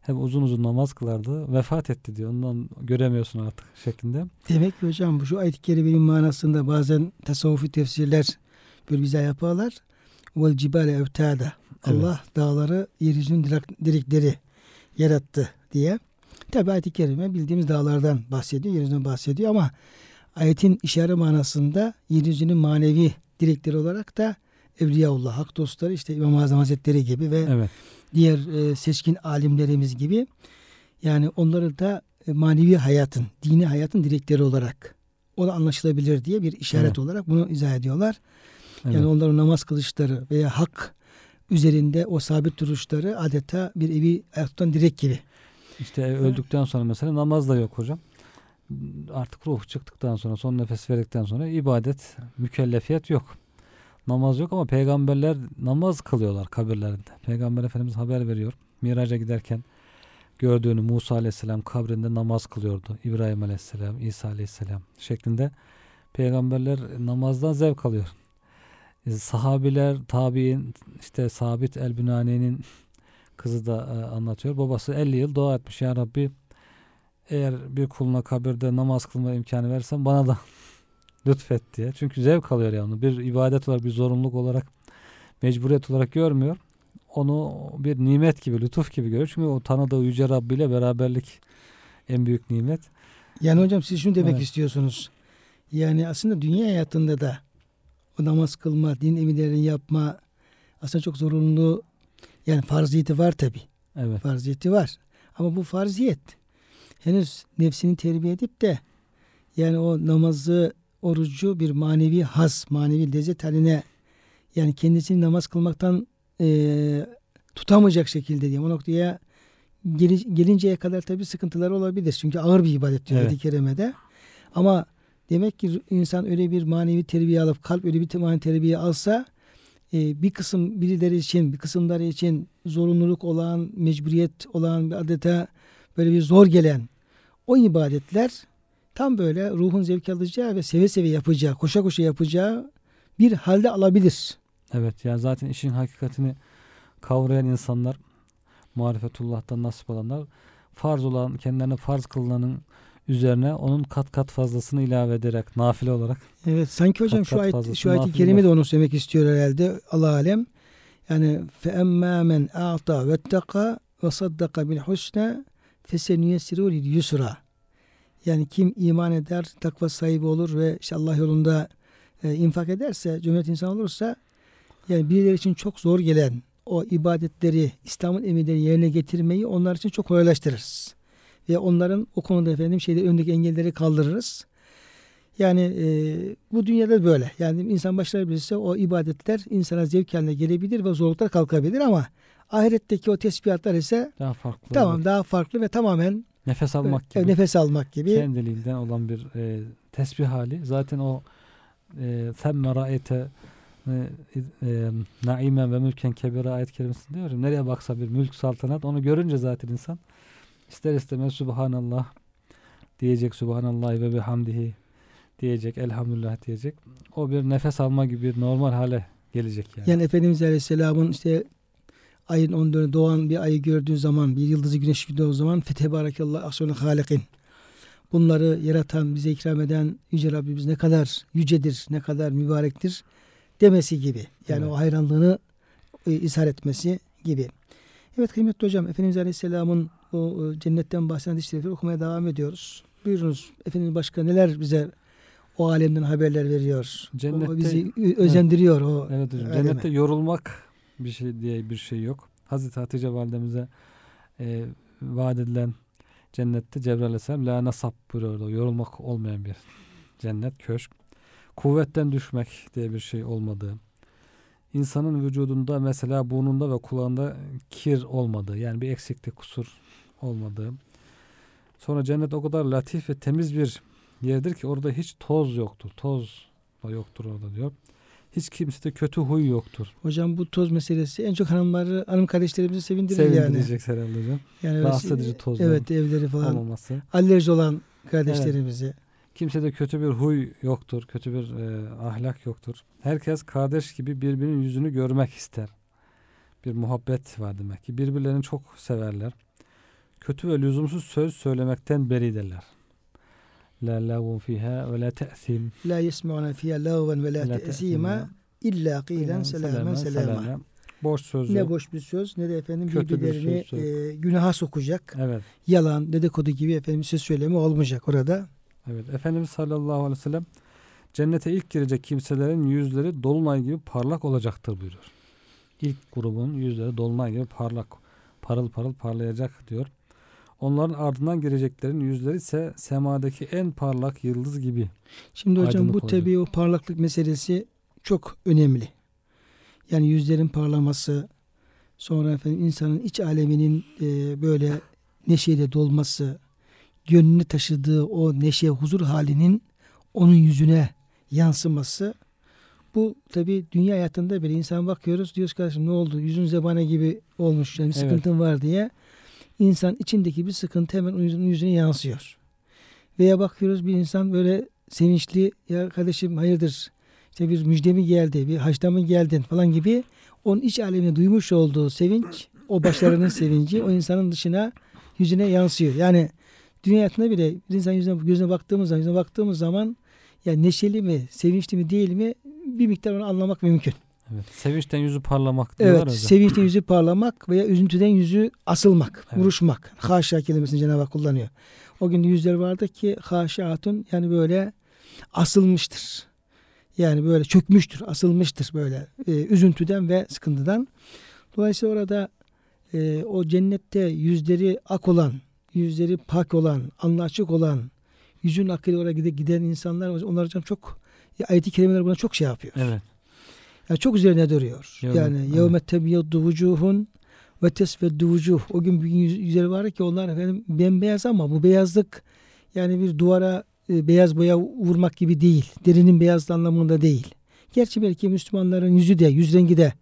hep uzun uzun namaz kılardı. Vefat etti diyor. Ondan göremiyorsun artık şeklinde. Demek ki hocam bu şu ayet-i kerimenin manasında bazen tasavvufi tefsirler böyle bize yaparlar. Vel cibale evtada. Allah dağları yeryüzünün direk, direkleri yarattı diye. Tabi ayet-i kerime bildiğimiz dağlardan bahsediyor, yeryüzünden bahsediyor ama ayetin işaret manasında yeryüzünün manevi direkleri olarak da Evliyaullah, hak dostları işte İmam-ı Azam Hazretleri gibi ve Evet. diğer e, seçkin alimlerimiz gibi yani onları da e, manevi hayatın, dini hayatın direkleri olarak o da anlaşılabilir diye bir işaret Evet. olarak bunu izah ediyorlar. Evet. Yani onların namaz kılışları veya hak üzerinde o sabit duruşları adeta bir evi ayakta tutan direk gibi. İşte öldükten sonra mesela namaz da yok hocam. Artık ruh çıktıktan sonra, son nefes verdikten sonra ibadet, mükellefiyet yok. Namaz yok ama peygamberler namaz kılıyorlar kabirlerinde. Peygamber Efendimiz haber veriyor. Miraca giderken gördüğünü Musa Aleyhisselam kabrinde namaz kılıyordu. İbrahim Aleyhisselam, İsa Aleyhisselam şeklinde peygamberler namazdan zevk alıyor. E, sahabiler, tabi'in, işte Sabit el-Bünani'nin kızı da e, anlatıyor. Babası elli yıl dua etmiş. Ya Rabbi, eğer bir kuluna kabirde namaz kılma imkanı versen bana da lütfet diye. Çünkü zevk alıyor yani. Bir ibadet olarak, bir zorunluluk olarak, mecburiyet olarak görmüyor. Onu bir nimet gibi, lütuf gibi görüyor. Çünkü o tanıdığı Yüce Rabbi ile beraberlik en büyük nimet. Yani hocam siz şunu demek Evet. istiyorsunuz. Yani aslında dünya hayatında da o namaz kılma, din emirlerini yapma aslında çok zorunlu, yani farziyeti var tabi. Evet. Farziyeti var. Ama bu farziyet henüz nefsini terbiye edip de yani o namazı, orucu bir manevi haz, manevi lezzet haline, yani kendisini namaz kılmaktan e, tutamayacak şekilde diyeyim. O noktaya gel, gelinceye kadar tabii sıkıntılar olabilir. Çünkü ağır bir ibadet diyor Evet. ayet-i kerimede. Ama demek ki insan öyle bir manevi terbiye alıp, kalp öyle bir manevi terbiye alsa e, bir kısım birileri için, bir kısımları için zorunluluk olan, mecburiyet olan, adeta böyle bir zor gelen o ibadetler tam böyle ruhun zevk alacağı ve seve seve yapacağı, koşa koşa yapacağı bir halde alabilir. Evet. Yani zaten işin hakikatini kavrayan insanlar, marifetullah'tan nasip olanlar, farz olan, kendilerine farz kılınanın üzerine onun kat kat fazlasını ilave ederek, nafile olarak. Evet, sanki hocam Kat şu kat ayet, fazlası şu ayet-i nafile kerime var. de onu söylemek istiyor herhalde. Allah alem. Yani fe emmâ men a'ta vetteka ve saddaka bil husna fesenüyessiru lil yusra. Yani kim iman eder, takva sahibi olur ve işte Allah yolunda e, infak ederse, cömert insan olursa, yani birileri için çok zor gelen o ibadetleri, İslam'ın emirleri yerine getirmeyi onlar için çok kolaylaştırırız. Ve onların o konuda efendim şeyde öndeki engelleri kaldırırız. Yani e, bu dünyada böyle. Yani insan başarabilirse o ibadetler insana zevk haline gelebilir ve zorluklar kalkabilir ama ahiretteki o tesbihatlar ise Daha farklı. tamam evet. daha farklı ve tamamen Nefes almak e, gibi. nefes almak gibi. Kendiliğinden olan bir e, tesbih hali. Zaten o semme ra'ete naimen ve mülken kebira ayet kerimesinde diyor. Nereye baksa bir mülk, saltanat, onu görünce zaten insan ister istemez Subhanallah diyecek, Subhanallah ve bihamdihi diyecek, elhamdülillah diyecek. O bir nefes alma gibi bir normal hale gelecek yani. Yani Efendimiz Aleyhisselam'ın işte ayın on dördünde doğan bir ayı gördüğü zaman, bir yıldızı güneş gördüğü zaman fetebarakallah ahsenul halikin. Bunları yaratan, bize ikram eden Yüce Rabbimiz ne kadar yücedir, ne kadar mübarektir demesi gibi. Yani Evet. o hayranlığını e, izhar etmesi gibi. Evet kıymetli hocam, Efendimiz Aleyhisselam'ın o e, cennetten bahseden hadis-i şerifleri okumaya devam ediyoruz. Buyurunuz Efendimiz, başka neler bize o alemden haberler veriyor. Cennette, o bizi özendiriyor o. Evet hocam. aleme. Cennette yorulmak bir şey diye bir şey yok. Hazreti Hatice validemize e, vaat edilen cennette Cebrail Aleyhisselam la nasab buyuruyordu. Yorulmak olmayan bir cennet, köşk. Kuvvetten düşmek diye bir şey olmadığı. İnsanın vücudunda mesela burnunda ve kulağında kir olmadığı, yani bir eksiklik, kusur olmadığı. Sonra cennet o kadar latif ve temiz bir yerdir ki orada hiç toz yoktur. Toz da yoktur orada diyor. Hiç kimsede kötü huy yoktur. Hocam bu toz meselesi en çok hanımları, hanım kardeşlerimizi sevindirir yani. Sevindirecek herhalde hocam. Yani Rahatsız öyle- edici tozların Evet, evleri falan olmaması. alerji olan kardeşlerimizi. Kimsede kötü bir huy yoktur. Kötü bir e, ahlak yoktur. Herkes kardeş gibi birbirinin yüzünü görmek ister. Bir muhabbet var demek ki. Birbirlerini çok severler. kötü ve lüzumsuz söz söylemekten beridirler. La lavun fiha ve la te'sim. La yesma'una fiha lağven ve la te'sima illa kıylen selamen selama. Boş sözü. Ne boş bir söz ne de efendim Kötü bir birbirlerini söz, e, günaha sokacak. Evet. Yalan, dedikodu gibi efendim söz söylemi olmayacak orada. Evet. Efendimiz sallallahu aleyhi ve sellem cennete ilk girecek kimselerin yüzleri dolunay gibi parlak olacaktır buyuruyor. İlk grubun yüzleri dolunay gibi parlak, parıl parıl parlayacak diyor. Onların ardından gireceklerin yüzleri ise semadaki en parlak yıldız gibi. Şimdi hocam aydınlık bu olacak. tabii o parlaklık meselesi çok önemli. Yani yüzlerin parlaması, sonra efendim insanın iç aleminin e, böyle neşeyle dolması, gönlünü taşıdığı o neşe, huzur halinin onun yüzüne yansıması. Bu tabii dünya hayatında bile insan bakıyoruz, diyoruz kardeşim ne oldu? Yüzün zebane gibi olmuş, yani bir Evet. sıkıntın var diye. İnsan içindeki bir sıkıntı hemen onun yüzüne yansıyor. Veya bakıyoruz bir insan böyle sevinçli, ya kardeşim hayırdır, işte bir müjde mi geldi, bir haçta mı geldin falan gibi, onun iç alemine duymuş olduğu sevinç, o başlarının sevinci o insanın dışına, yüzüne yansıyor. Yani dünya hayatında bile bir insan yüzüne, gözüne baktığımız zaman, yüzüne baktığımız zaman ya neşeli mi, sevinçli mi değil mi bir miktar onu anlamak mümkün. Evet. Sevinçten yüzü parlamak diyorlar Evet, hocam. sevinçten yüzü parlamak veya üzüntüden yüzü asılmak, Evet. vuruşmak. Haşa kelimesini Cenab-ı Hak kullanıyor. O gün yüzler vardı ki haşatun, yani böyle asılmıştır. Yani böyle çökmüştür, asılmıştır böyle e, üzüntüden ve sıkıntıdan. Dolayısıyla orada e, o cennette yüzleri ak olan, yüzleri pak olan, alnı açık olan, yüzün akıyla oraya gide- giden insanlar, onlar hocam çok, ayet-i kerimeler buna çok şey yapıyor. Evet. Yani çok üzerine duruyor. Yevme- yani evet. yevme tebyaddu vucuhun ve tesveddu vucuh. O gün bir yüz- yüzleri var ki onlar efendim bembeyaz, ama bu beyazlık yani bir duvara e, beyaz boya vurmak gibi değil. Derinin beyazlığı anlamında değil. Gerçi belki Müslümanların yüzü de, yüz rengi de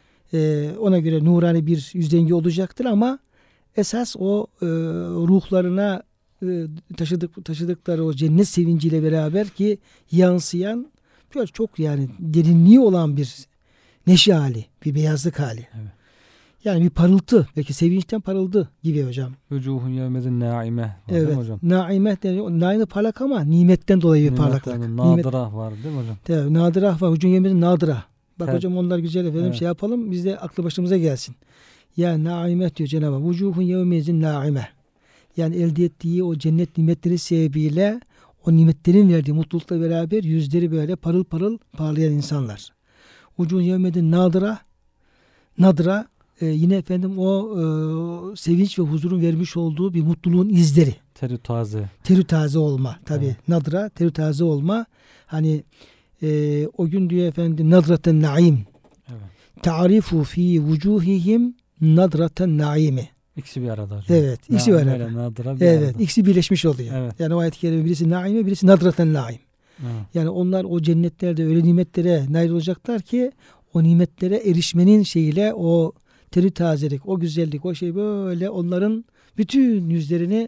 e, ona göre nurani bir yüz rengi olacaktır, ama esas o e, ruhlarına e, taşıdık, taşıdıkları o cennet sevinciyle beraber ki yansıyan böyle çok yani derinliği olan bir neşe hali, bir beyazlık hali. Evet. Yani bir parıltı, belki sevinçten parıldı gibi hocam. Vücuhun yevmezin naime var değil Evet. mi hocam? Naime deniyor. Naime parlak ama nimetten dolayı bir parlaklık. Nimetlerin Nimet, Nadıra var değil mi hocam? evet, nadıra var. Hücum yeminin nadıra. Bak Evet. hocam onlar güzel efendim Evet. şey yapalım. Biz de aklı başımıza gelsin. Ya naime diyor Cenab-ı Hak. Vücuhun yevmezin naime. Yani elde ettiği o cennet nimetleri sebebiyle o nimetlerin verdiği mutlulukla beraber yüzleri böyle parıl parıl parlayan insanlar. Vücuhun yevmezin nadıra. Nadıra e, yine efendim o e, sevinç ve huzurun vermiş olduğu bir mutluluğun izleri. Teri taze. Terü taze olma. Tabi Evet. nadra, terü taze olma. Hani e, o gün diyor efendim nadraten naim. Evet. Ta'rifu fi vucuhihim nadraten naimi. İkisi bir arada hocam. Evet. İkisi bir Naime arada. ile Nadıra bir Evet. arada. İkisi birleşmiş oluyor. Evet. Yani o ayet-i kerime birisi naime, birisi nadraten naim. Evet. Yani onlar o cennetlerde öyle nimetlere nail olacaklar ki o nimetlere erişmenin şeyiyle o terü tazelik, o güzellik, o şey böyle onların bütün yüzlerini,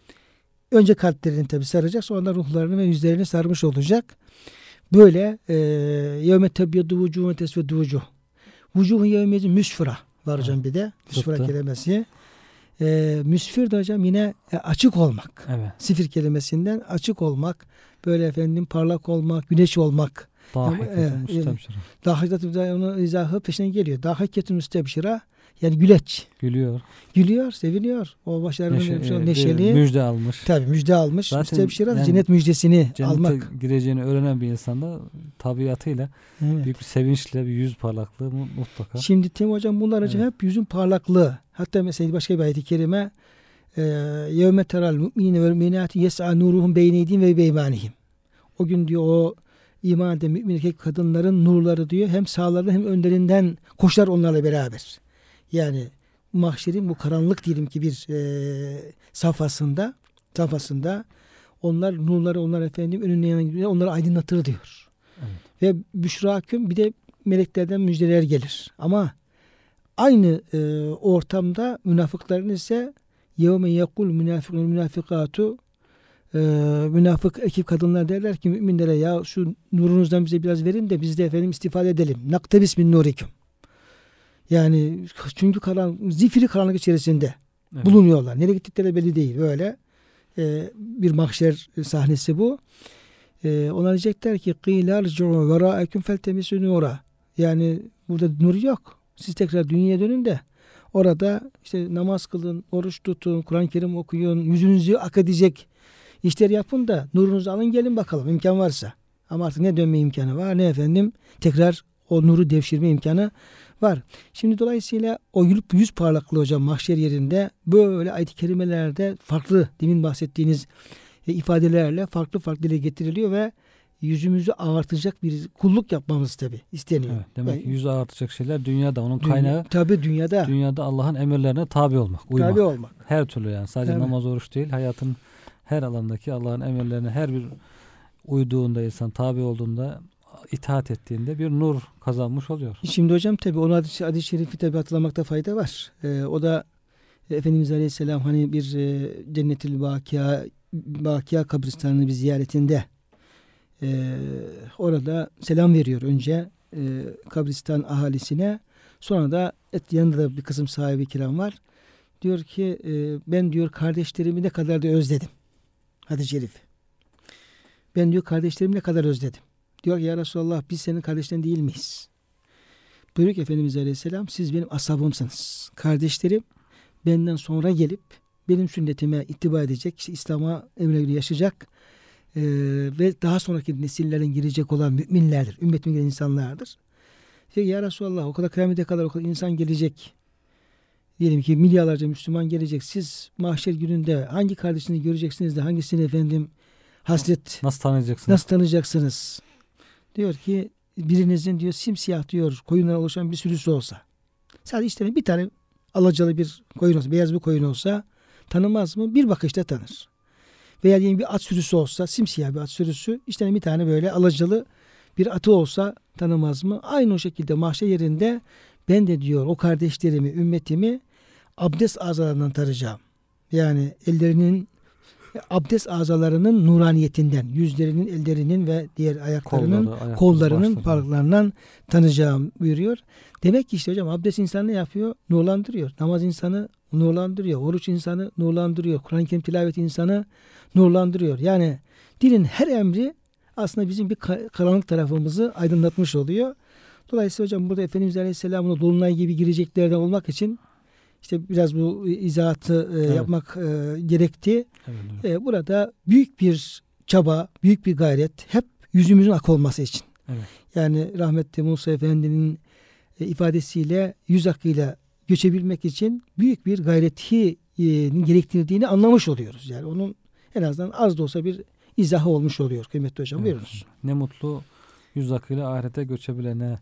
önce kalplerini tabi saracak, sonra ruhlarını ve yüzlerini sarmış olacak. Böyle yevme tebyaddu vucuh ve tesveddu vucuh. Vucuhun yevmezi müsfira var hocam bir de. Müsfira Tıpkı. kelimesi. E, müsfir de hocam yine e, açık olmak. Evet. Sifir kelimesinden açık olmak. Böyle efendim parlak olmak, güneş olmak. Dahikatun Evet, müstemşira. Dahikatun onun izahı peşine geliyor. Dahikatun müstebşira, yani güleç. Gülüyor. Gülüyor, seviniyor. O başlarının Neşe, neşeli. e, neşeli. müjde almış. Tabii müjde almış. Zaten Müstebşira yani cennet müjdesini Cennete almak. gireceğini öğrenen bir insanda tabiatıyla Evet. büyük bir sevinçle bir yüz parlaklığı mu- mutlaka. Şimdi Tim hocam bunlar hocam Evet. hep yüzün parlaklığı. Hatta mesela başka bir ayet-i kerime yevme teral mu'mine vel mu'minati yes'a nuruhum beyne eydihim ve beymanihim. O gün diyor o iman eden mümin erkek kadınların nurları diyor hem sağlarında hem önlerinden koşar onlarla beraber. Yani mahşerin bu karanlık diyelim ki bir e, safhasında safhasında onlar nurları onlar efendim önüne yana gidiyor, onları aydınlatır diyor. Evet. Ve büşraküm bir de meleklerden müjdeler gelir. Ama aynı e, ortamda münafıkların ise yevme yekul münafikun münafikatu e, münafık ekip kadınlar derler ki müminlere ya şu nurunuzdan bize biraz verin de biz de efendim istifade edelim. Naktebis min nurikum. Yani çünkü karan, zifiri karanlık içerisinde Evet. bulunuyorlar. Nereye gittikleri belli değil. Böyle e, bir mahşer sahnesi bu. E, ona diyecekler ki قِيلَ اَرْجُعُوا وَرَاءَكُمْ فَالْتَمِسُوا نُورًا. Yani burada nur yok. Siz tekrar dünyaya dönün de orada işte namaz kılın, oruç tutun, Kur'an-ı Kerim okuyun, yüzünüzü ak edecek işler yapın da nurunuzu alın gelin bakalım imkan varsa. Ama artık ne dönme imkanı var ne efendim tekrar o nuru devşirme imkanı var. Şimdi dolayısıyla o yüz parlaklığı hocam mahşer yerinde böyle ayet-i kerimelerde farklı demin bahsettiğiniz e, ifadelerle farklı farklı dile getiriliyor ve yüzümüzü ağartacak bir kulluk yapmamız tabi isteniyor. Evet, demek ki Yani, yüzü ağartacak şeyler dünyada. Onun dünya, kaynağı tabi dünyada. dünyada Allah'ın emirlerine tabi olmak, uymak. Tabi olmak. Her türlü yani. Sadece Evet. namaz, oruç değil. Hayatın her alandaki Allah'ın emirlerine her bir uyduğunda insan, tabi olduğunda, itaat ettiğinde bir nur kazanmış oluyor. Şimdi hocam tabi onu hadis-i hadis-i şerifi tabi hatırlamakta fayda var. Ee, o da e, Efendimiz Aleyhisselam hani bir e, Cennet-ül Bakia, Bakia kabristanını bir ziyaretinde e, orada selam veriyor önce e, kabristan ahalisine. Sonra da et yanında da bir kısım sahibi kiram var. Diyor ki e, ben diyor kardeşlerimi ne kadar da özledim. Hadis-i şerif. Ben diyor kardeşlerimi ne kadar özledim. Diyor ki ya Resulallah biz senin kardeşlerin değil miyiz? Buyuruyor ki Efendimiz Aleyhisselam siz benim ashabımsınız. Kardeşlerim benden sonra gelip benim sünnetime ittiba edecek, işte İslam'a emre göre yaşayacak e, ve daha sonraki nesillerin girecek olan müminlerdir. Ümmetimin gelen insanlardır. Diyor ya Resulallah o kadar kıyamete kadar o kadar insan gelecek. Diyelim ki milyarlarca Müslüman gelecek. Siz mahşer gününde hangi kardeşini göreceksiniz de hangisini efendim hasret Nasıl tanıyacaksınız? nasıl tanıyacaksınız? Diyor ki birinizin diyor simsiyah diyor koyundan oluşan bir sürüsü olsa. Sadece işte bir tane alacalı bir koyun olsa, beyaz bir koyun olsa tanımaz mı? Bir bakışta tanır. Veya diyelim bir at sürüsü olsa, simsiyah bir at sürüsü, işte bir tane böyle alacalı bir atı olsa tanımaz mı? Aynı o şekilde mahşer yerinde ben de diyor o kardeşlerimi, ümmetimi abdest azalarından tanıyacağım. Yani ellerinin abdest azalarının nuraniyetinden, yüzlerinin, ellerinin ve diğer ayaklarının, Kolları, ayakları, kollarının başları. parlaklarından tanıyacağım buyuruyor. Demek ki işte hocam abdest insanı ne yapıyor? Nurlandırıyor. Namaz insanı nurlandırıyor. Oruç insanı nurlandırıyor. Kur'an-ı Kerim tilaveti insanı nurlandırıyor. Yani dinin her emri aslında bizim bir karanlık tarafımızı aydınlatmış oluyor. Dolayısıyla hocam burada Efendimiz Aleyhisselam'ın dolunay gibi gireceklerden olmak için işte biraz bu izahatı e, Evet. yapmak e, gerekti. Evet, evet. E, burada büyük bir çaba, büyük bir gayret hep yüzümüzün ak olması için. Evet. Yani rahmetli Musa Efendi'nin e, ifadesiyle yüz akıyla göçebilmek için büyük bir gayreti e, gerektirdiğini anlamış oluyoruz. Yani onun en azından az da olsa bir izahı olmuş oluyor kıymetli hocam. Evet. Buyurunuz. Ne mutlu yüz akıyla ahirete göçebilene.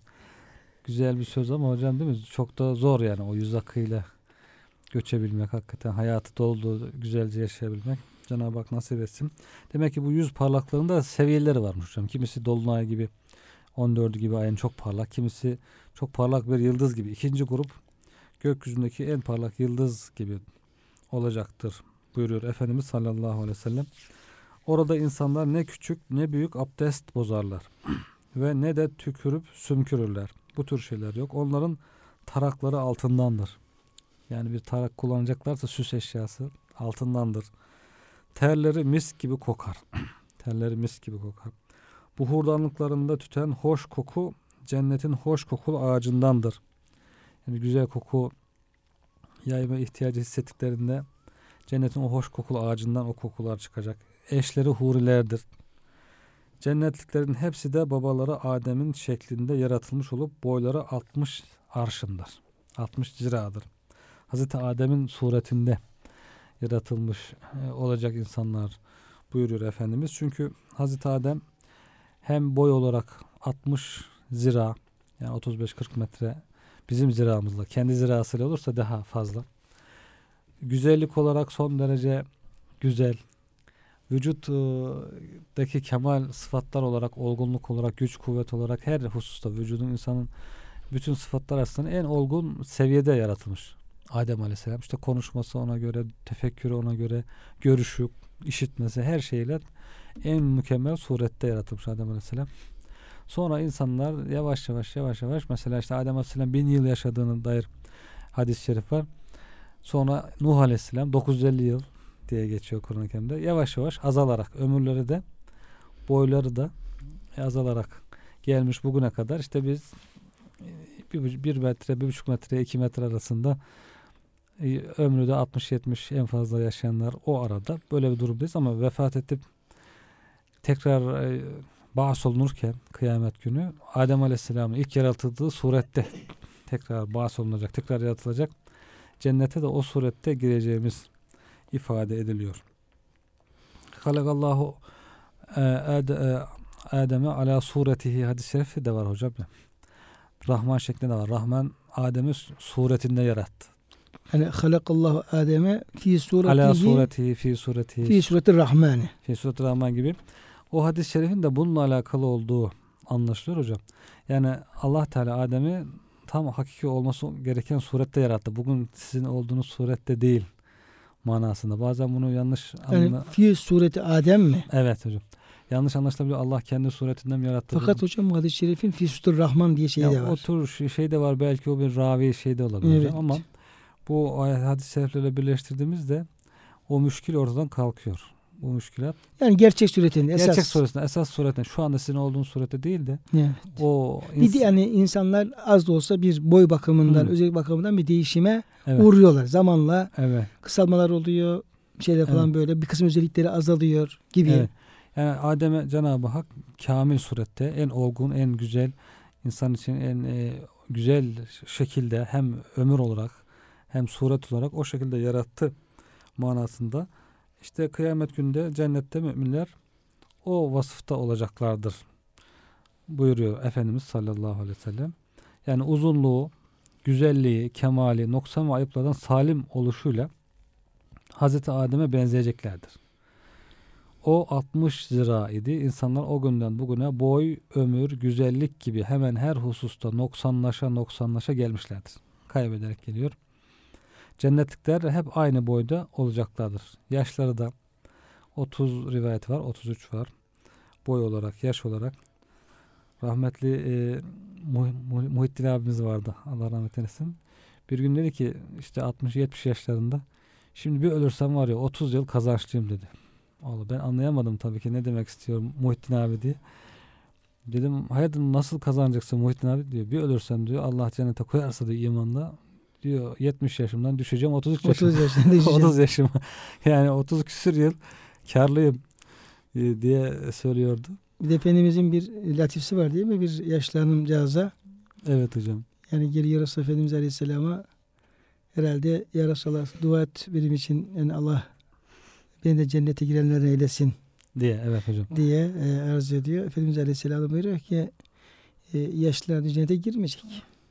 Güzel bir söz ama hocam değil mi? Çok da zor yani o yüz akıyla göçebilmek, hakikaten hayatı dolu dolu güzelce yaşayabilmek. Cenab-ı Hak nasip etsin. Demek ki bu yüz parlaklığında seviyeleri varmış hocam. Kimisi dolunay gibi, on dördü gibi ayın çok parlak. Kimisi çok parlak bir yıldız gibi. İkinci grup gökyüzündeki en parlak yıldız gibi olacaktır buyuruyor Efendimiz sallallahu aleyhi ve sellem. Orada insanlar ne küçük ne büyük abdest bozarlar ve ne de tükürüp sümkürürler. Bu tür şeyler yok. Onların tarakları altındandır. Yani bir tarak kullanacaklarsa süs eşyası altındandır. Terleri mis gibi kokar. Terleri mis gibi kokar. Bu hurdanlıklarında tüten hoş koku cennetin hoş kokulu ağacındandır. Yani güzel koku yayma ihtiyacı hissettiklerinde cennetin o hoş kokulu ağacından o kokular çıkacak. Eşleri hurilerdir. Cennetliklerin hepsi de babaları Adem'in şeklinde yaratılmış olup boyları altmış arşındır. altmış ziradır. Hazreti Adem'in suretinde yaratılmış olacak insanlar buyuruyor Efendimiz. Çünkü Hazreti Adem hem boy olarak altmış zira yani otuz beş kırk metre bizim ziramızla kendi zirasıyla olursa daha fazla. Güzellik olarak son derece güzel. Vücuttaki kemal sıfatlar olarak, olgunluk olarak, güç kuvvet olarak her hususta vücudun insanın bütün sıfatlar arasında en olgun seviyede yaratılmış. Adem Aleyhisselam işte konuşması ona göre, tefekkürü ona göre, görüşü, işitmesi her şeyle en mükemmel surette yaratılmış Adem Aleyhisselam. Sonra insanlar yavaş yavaş yavaş yavaş mesela işte Adem Aleyhisselam bin yıl yaşadığına dair hadis-i şerif var. Sonra Nuh Aleyhisselam dokuz yüz elli yıl diye geçiyor Kur'an-ı Kerim'de. Yavaş yavaş azalarak ömürleri de boyları da azalarak gelmiş bugüne kadar. İşte biz bir, bir metre, bir buçuk metre, iki metre arasında ömrü de altmış yetmiş en fazla yaşayanlar o arada. Böyle bir durumdayız ama vefat edip tekrar e, ba'as olunurken kıyamet günü Adem Aleyhisselam'ın ilk yaratıldığı surette tekrar ba'as olunacak, tekrar yaratılacak. Cennete de o surette gireceğimiz ifade ediliyor. Halakallahu Adem'e ala suretihi hadis-i şerifi de var hocam. Rahman şeklinde var. Rahman Adem'i suretinde yarattı. Yani halakallahu Adem'e fi suretihi ala suretihi fi suretihi fi sureti Rahmani. Fi sureti Rahman gibi. O hadis-i şerifin de bununla alakalı olduğu anlaşılıyor hocam. Yani Allah Teala Adem'i tam hakiki olması gereken surette yarattı. Bugün sizin olduğunuz surette değil manasında. Bazen bunu yanlış Yani anla... fi sureti Adem mi? Evet hocam. Yanlış anlaşılabiliyor. Allah kendi suretinden mi yarattı? Fakat dedim. hocam hadis-i şerifin fi sureti Rahman diye şeyi ya, de var. O tür şey, şey de var. Belki o bir ravi şey de olabilir Evet. hocam. Ama bu hadis-i şeriflerle birleştirdiğimizde o müşkil ortadan kalkıyor. Bu müşkilat. Yani gerçek suretinde esas. Gerçek suretinde, esas suretinde. Şu anda sizin olduğunuz surette değil de Evet. o Bir de yani insanlar az da olsa bir boy bakımından, Hı. özellik bakımından bir değişime evet. uğruyorlar. Zamanla Evet. kısalmalar oluyor, şeyler falan Evet. böyle bir kısım özellikleri azalıyor gibi. Evet. Yani Adem'e Cenab-ı Hak kamil surette en olgun, en güzel, insan için en e, güzel şekilde hem ömür olarak hem suret olarak o şekilde yarattı manasında. İşte kıyamet günde cennette müminler o vasıfta olacaklardır buyuruyor Efendimiz sallallahu aleyhi ve sellem. Yani uzunluğu, güzelliği, kemali, noksan ve ayıplardan salim oluşuyla Hazreti Adem'e benzeyeceklerdir. O altmış zira idi. İnsanlar o günden bugüne boy, ömür, güzellik gibi hemen her hususta noksanlaşa noksanlaşa gelmişlerdir. Kaybederek geliyor. Cennetlikler hep aynı boyda olacaklardır. Yaşları da otuz rivayet var, otuz üç var. Boy olarak, yaş olarak. Rahmetli e, Muh- Muhittin abimiz vardı. Allah rahmet eylesin. Bir gün dedi ki işte altmış yetmiş yaşlarında şimdi bir ölürsem var ya otuz yıl kazançlıyım dedi. Vallahi ben anlayamadım tabii ki ne demek istiyor Muhittin abi diye. Dedim hayatı nasıl kazanacaksın Muhittin abi diyor. Bir ölürsem diyor Allah cennete koyarsa diyor imanla diyor yetmiş yaşımdan düşeceğim otuz üç yaşıma. otuz yaşında düşeceğim. otuz yaşıma. Yani otuz küsür yıl kârlıyım e, diye söylüyordu. Bir de Efendimizin bir latifsi var değil mi? Bir yaşlı hanımcağıza. Evet hocam. Yani geri yarası Efendimiz Aleyhisselam'a herhalde ya Resulallah dua et benim için yani Allah beni de cennete girenlerden eylesin Diye evet hocam. diye e, arz ediyor. Efendimiz Aleyhisselam buyuruyor ki e, yaşlılar cennete girmeyecek.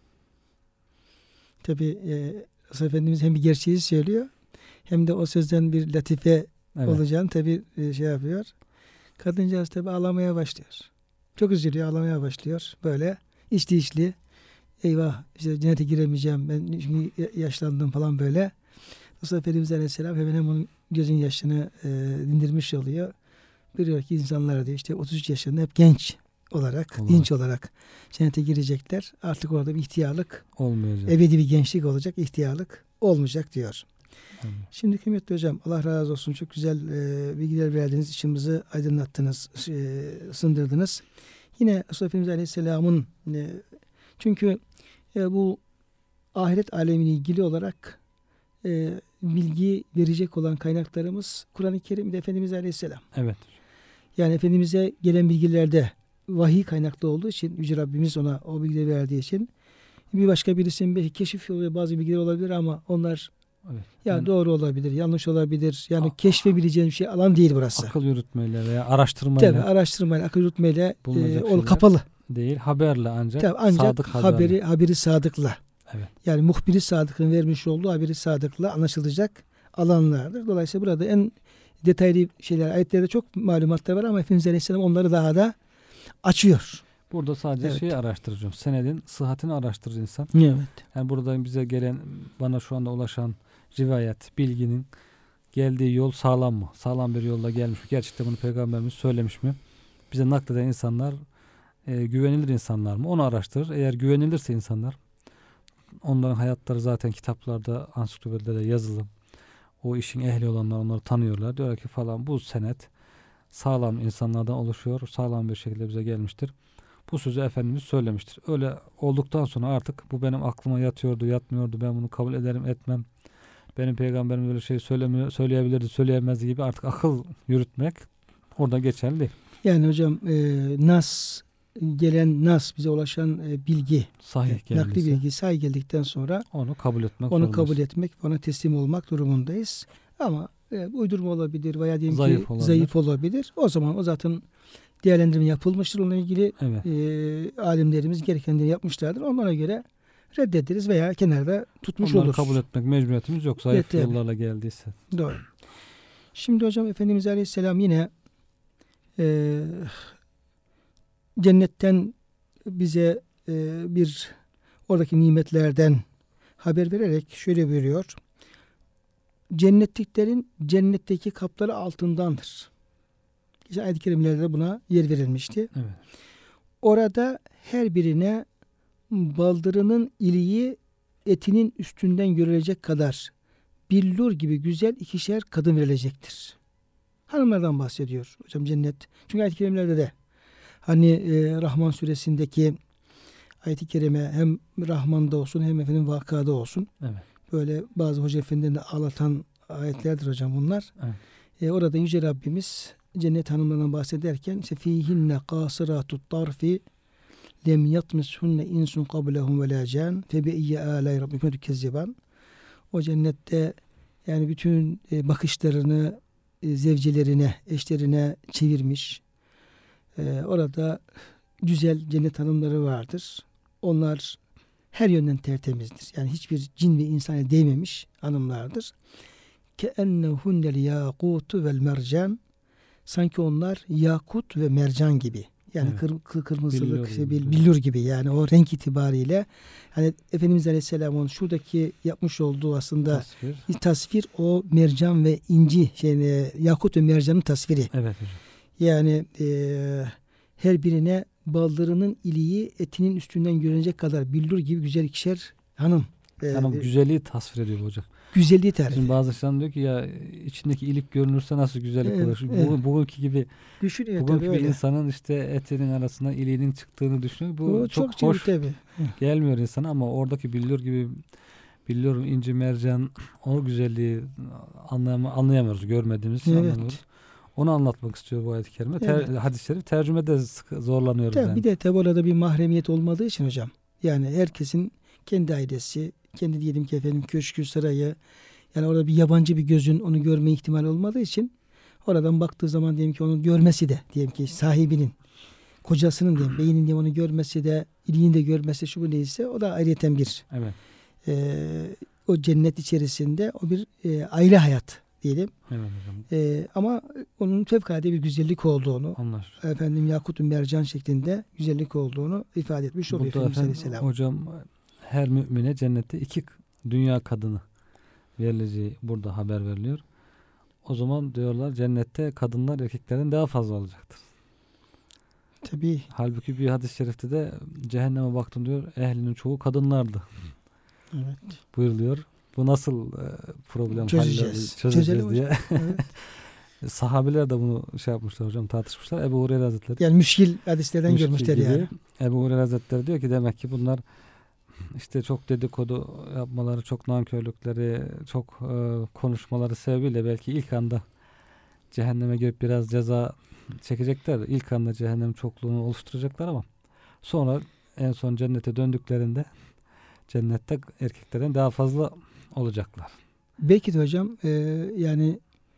Tabi e, Efendimiz hem bir gerçeği söylüyor hem de o sözden bir latife Evet. olacağını tabi e, şey yapıyor. Kadıncağız tabi ağlamaya başlıyor. Çok üzülüyor, ağlamaya başlıyor. Böyle içli içli eyvah işte cennete giremeyeceğim ben şimdi yaşlandım falan böyle. Resulullah Efendimiz Aleyhisselam hemen hemen onun gözün yaşını e, dindirmiş oluyor. Buyuruyor ki insanlar diyor işte otuz üç yaşında hep genç olarak, Allah. dinç olarak cennete girecekler. Artık orada bir ihtiyarlık, Olmayacak. ebedi bir gençlik olacak, ihtiyarlık olmayacak diyor. Evet. Şimdi kıymetli hocam Allah razı olsun çok güzel e, bilgiler verdiniz, içimizi aydınlattınız, e, sındırdınız. Yine Resulullah Efendimiz Aleyhisselam'ın e, çünkü e, bu ahiret alemiyle ilgili olarak e, bilgi verecek olan kaynaklarımız Kur'an-ı Kerim ve Efendimiz Aleyhisselam. Evet. Yani Efendimiz'e gelen bilgilerde vahiy kaynaklı olduğu için Yüce Rabbimiz ona o bilgileri verdiği için bir başka birisinin belki keşif yoluyla bazı bilgiler olabilir ama onlar Evet. ya Yani doğru olabilir, yanlış olabilir. Yani A- keşfebileceğin bir şey alan değil burası. akıl yürütmeyle veya araştırmayla Tabii araştırmayla, akıl yürütmeyle bulunacak e, şeyler o kapalı. değil, haberle ancak, Tabii ancak sadık haberle. haberi haberi sadıkla. Evet. Yani muhbiri sadıkın vermiş olduğu haberi sadıkla anlaşılacak alanlardır. Dolayısıyla burada en detaylı şeyler, ayetlerde çok malumatlar var ama Efendimiz Aleyhisselam onları daha da açıyor. Burada sadece Evet. şeyi araştıracağım. Senedin sıhhatini araştırır insan. Evet. Yani burada bize gelen, bana şu anda ulaşan rivayet, bilginin geldiği yol sağlam mı? Sağlam bir yolla gelmiş mi? Gerçekten bunu Peygamberimiz söylemiş mi? Bize nakleden insanlar e, güvenilir insanlar mı? Onu araştırır. Eğer güvenilirse insanlar onların hayatları zaten kitaplarda, ansiklopedilerde yazılı. O işin ehli olanlar onları tanıyorlar. Diyorlar ki falan bu senet sağlam insanlardan oluşuyor. Sağlam bir şekilde bize gelmiştir. Bu sözü Efendimiz söylemiştir. Öyle olduktan sonra artık bu benim aklıma yatıyordu, yatmıyordu. Ben bunu kabul ederim, etmem. Benim peygamberim böyle şey söylemiyor, söyleyebilirdi, söyleyemezdi gibi artık akıl yürütmek orada geçerli değil. Yani hocam e, nas gelen nas bize ulaşan e, bilgi, Sahih e, nakli geldiyse bilgi sahih geldikten sonra onu kabul etmek onu zorundayız. kabul etmek, ona teslim olmak durumundayız. Ama e, uydurma olabilir veya diyelim Zayıf ki olabilir. zayıf olabilir. O zaman o zaten değerlendirme yapılmıştır. Onunla ilgili Evet. e, alimlerimiz gerekenleri yapmışlardır. Onlara göre reddederiz veya kenarda tutmuş Onları oluruz. kabul etmek mecburiyetimiz yok. Zayıf Evet, evet. yollarla geldiyse. Doğru. Şimdi hocam Efendimiz Aleyhisselam yine e, cennetten bize e, bir oradaki nimetlerden haber vererek şöyle buyuruyor. Cennetliklerin cennetteki kapları altındandır. İşte ayet-i kerimelerde buna yer verilmişti. Evet. Orada her birine baldırının iliği etinin üstünden görülecek kadar billur gibi güzel ikişer kadın verilecektir. Hanımlardan bahsediyor hocam cennet. Çünkü ayet-i kerimelerde de hani e, Rahman suresindeki ayet-i kerime hem Rahman'da olsun hem efendim Vaka'da olsun. Evet. Böyle bazı hoca efendilerini de ağlatan ayetlerdir hocam bunlar. Evet. E, orada Yüce Rabbimiz cennet hanımlarından bahsederken işte fihinne kasiratut tarfi lem yatmishunne insun qablehum ve la can fe bi iyye alay rabbikum tükezziban. O cennette yani bütün e, bakışlarını e, zevcelerine, eşlerine çevirmiş. E, orada güzel cennet hanımları vardır. Onlar her yönden tertemizdir. Yani hiçbir cin ve insana değmemiş hanımlardır. Ke'ennehunnel yakutu vel mercan. Sanki onlar yakut ve mercan gibi. Yani Evet. kır, kır, kırmızılık, Billur işte, gibi. bil- billur gibi. Yani o renk itibariyle. Hani Efendimiz Aleyhisselam'ın şuradaki yapmış olduğu aslında Tasvir. tasvir o mercan ve inci, yani yakut ve mercanın tasviri. Evet hocam. Yani e, her birine baldırının iliği etinin üstünden görünecek kadar billur gibi güzel ikişer hanım. E, Yani güzelliği tasvir ediyor hocam. güzelliği tarif. Şimdi bazı insanlar diyor ki ya içindeki ilik görünürse nasıl güzellik Evet, olur. Şimdi evet. Bugün, bugünkü gibi Düşünüyor bugünkü tabii bir öyle. insanın işte etinin arasından iliğinin çıktığını düşünüyor. Bu Bu çok, çok, hoş tabii. gelmiyor insana ama oradaki billur gibi billur, inci, mercan o güzelliği anlayam anlayamıyoruz. Görmediğimiz için Evet. anlamıyoruz. Onu anlatmak istiyor bu ayet-i kerime. Ter, Evet. hadis-i şerif tercümede sıkı- zorlanıyoruz. Tabii yani. bir de tabi orada bir mahremiyet olmadığı için hocam. Yani herkesin kendi ailesi, kendi diyelim ki efendim köşkü, sarayı, yani orada bir yabancı bir gözün onu görme ihtimali olmadığı için oradan baktığı zaman diyelim ki onu görmesi de diyelim ki sahibinin, kocasının diyelim beynin diye onu görmesi de, iliğini de görmesi şu bu neyse o da ayrıyeten bir Evet. e, o cennet içerisinde o bir e, aile hayat diyelim. Evet hocam. E, ama onun fevkalade bir güzellik olduğunu, Anlar. efendim yakut-u mercan şeklinde güzellik olduğunu ifade etmiş oluyor Burada Efendimiz efendim, Aleyhisselam. hocam her mümine cennette iki dünya kadını verileceği burada haber veriliyor. O zaman diyorlar cennette kadınlar erkeklerden daha fazla olacaktır. Tabii. Halbuki bir hadis-i şerifte de cehenneme baktım diyor ehlinin çoğu kadınlardı. Evet. Buyuruluyor. Bu nasıl e, problem Çözeceğiz. halleri çözeceğiz Çözelim diye. Evet. Sahabeler de bunu şey yapmışlar hocam, tartışmışlar. Ebu Hureyre Hazretleri Yani müşkil hadislerden müşkil görmüşler gibi. yani. Ebu Hureyre Hazretleri diyor ki demek ki bunlar işte çok dedikodu yapmaları, çok nankörlükleri, çok e, konuşmaları sebebiyle belki ilk anda cehenneme girip biraz ceza çekecekler. İlk anda cehennem çokluğunu oluşturacaklar ama sonra en son cennete döndüklerinde cennette erkeklerden daha fazla olacaklar. Belki de hocam e, yani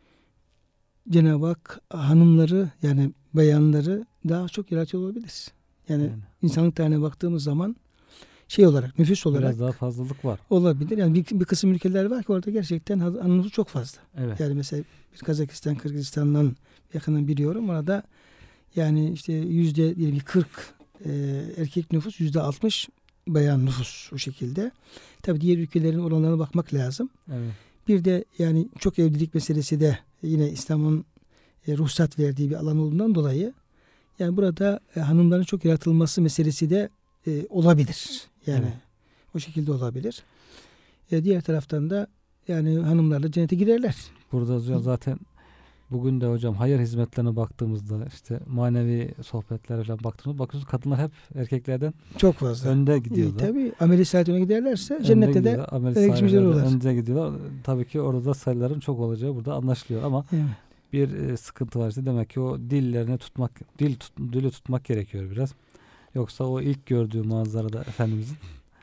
Cenab-ı Hak hanımları yani bayanları daha çok yaratıyor olabilir. Yani, Yani insanlık tarihine baktığımız zaman şey olarak, nüfus olarak biraz daha fazlalık var. olabilir. Yani bir, bir kısım ülkeler var ki orada gerçekten hanım nüfusu çok fazla. Evet. Yani mesela bir Kazakistan, Kırgızistan'dan yakından biliyorum. Orada yani işte yüzde diyelim ki kırk e, erkek nüfus, yüzde altmış bayan nüfus o şekilde. Tabii diğer ülkelerin oranlarına bakmak lazım. Evet. Bir de yani çok evlilik meselesi de yine İslam'ın e, ruhsat verdiği bir alan olduğundan dolayı yani burada e, hanımların çok yaratılması meselesi de e, olabilir. Yani Evet. O şekilde olabilir. E, diğer taraftan da yani hanımlarla cennete girerler. Burada zaten bugün de hocam hayır hizmetlerine baktığımızda işte manevi sohbetlere falan baktığımızda bakıyoruz kadınlar hep erkeklerden Çok fazla. önde E, gidiyorlar. tabii ameli saatine giderlerse Önde cennette de gidiyorlar, amel erkek müjdeler sahibilerden olur. önde gidiyorlar. Tabii ki orada sayıların çok olacağı burada anlaşılıyor ama Evet. bir e, sıkıntı var işte demek ki o dillerini tutmak, dil tut, dili tutmak gerekiyor biraz. Yoksa o ilk gördüğü manzarada Efendimizin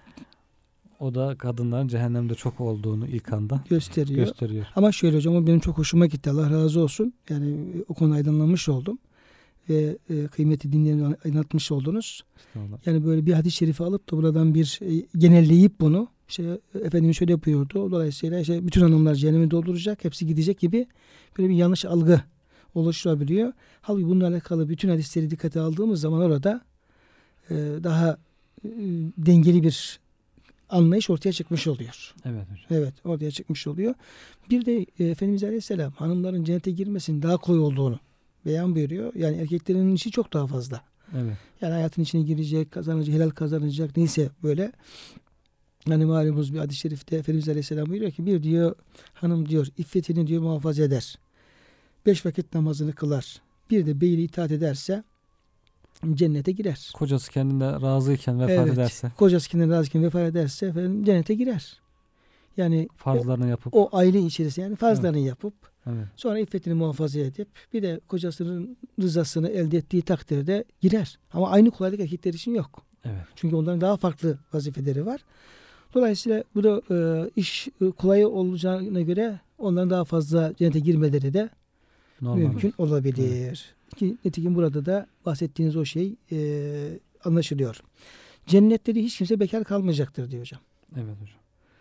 o da kadınların cehennemde çok olduğunu ilk anda gösteriyor. gösteriyor. Ama şöyle hocam, o benim çok hoşuma gitti. Allah razı olsun. Yani e, o konu aydınlanmış oldum. Ve e, kıymeti dinleyenleri aydınlatmış oldunuz. Yani böyle bir hadis-i şerifi alıp da buradan bir e, genelleyip bunu işte Efendimiz şöyle yapıyordu. Dolayısıyla işte bütün hanımlar cehennemi dolduracak, hepsi gidecek gibi böyle bir yanlış algı oluşturabiliyor. Halbuki bununla alakalı bütün hadisleri dikkate aldığımız zaman orada e, daha e, dengeli bir anlayış ortaya çıkmış oluyor. Evet hocam. Evet, ortaya çıkmış oluyor. Bir de e, Efendimiz Aleyhisselam hanımların cennete girmesinin daha kolay olduğunu beyan buyuruyor. Yani erkeklerin işi çok daha fazla. Evet. Yani hayatın içine girecek, kazanacak, helal kazanacak neyse böyle. Yani malumuz bir hadis-i şerifte Efendimiz Aleyhisselam buyuruyor ki bir diyor hanım diyor iffetini diyor muhafaza eder. Beş vakit namazını kılar. Bir de beyine itaat ederse cennete girer. Kocası kendinde razıyken vefat Evet, ederse, kocası kendinden razıyken vefat ederse efendim cennete girer. Yani farzlarını yapıp o aile içerisinde yani farzlarını evet. yapıp evet. sonra iffetini muhafaza edip bir de kocasının rızasını elde ettiği takdirde girer. Ama aynı kolaylık erkekler için yok. Evet. Çünkü onların daha farklı vazifeleri var. Dolayısıyla bu da e, iş e, kolay olacağına göre onların daha fazla cennete girmeleri de Normal. mümkün olabilir. Evet. Ki, nitekim burada da bahsettiğiniz o şey e, anlaşılıyor. Cennette hiç kimse bekar kalmayacaktır diyor hocam. Evet hocam.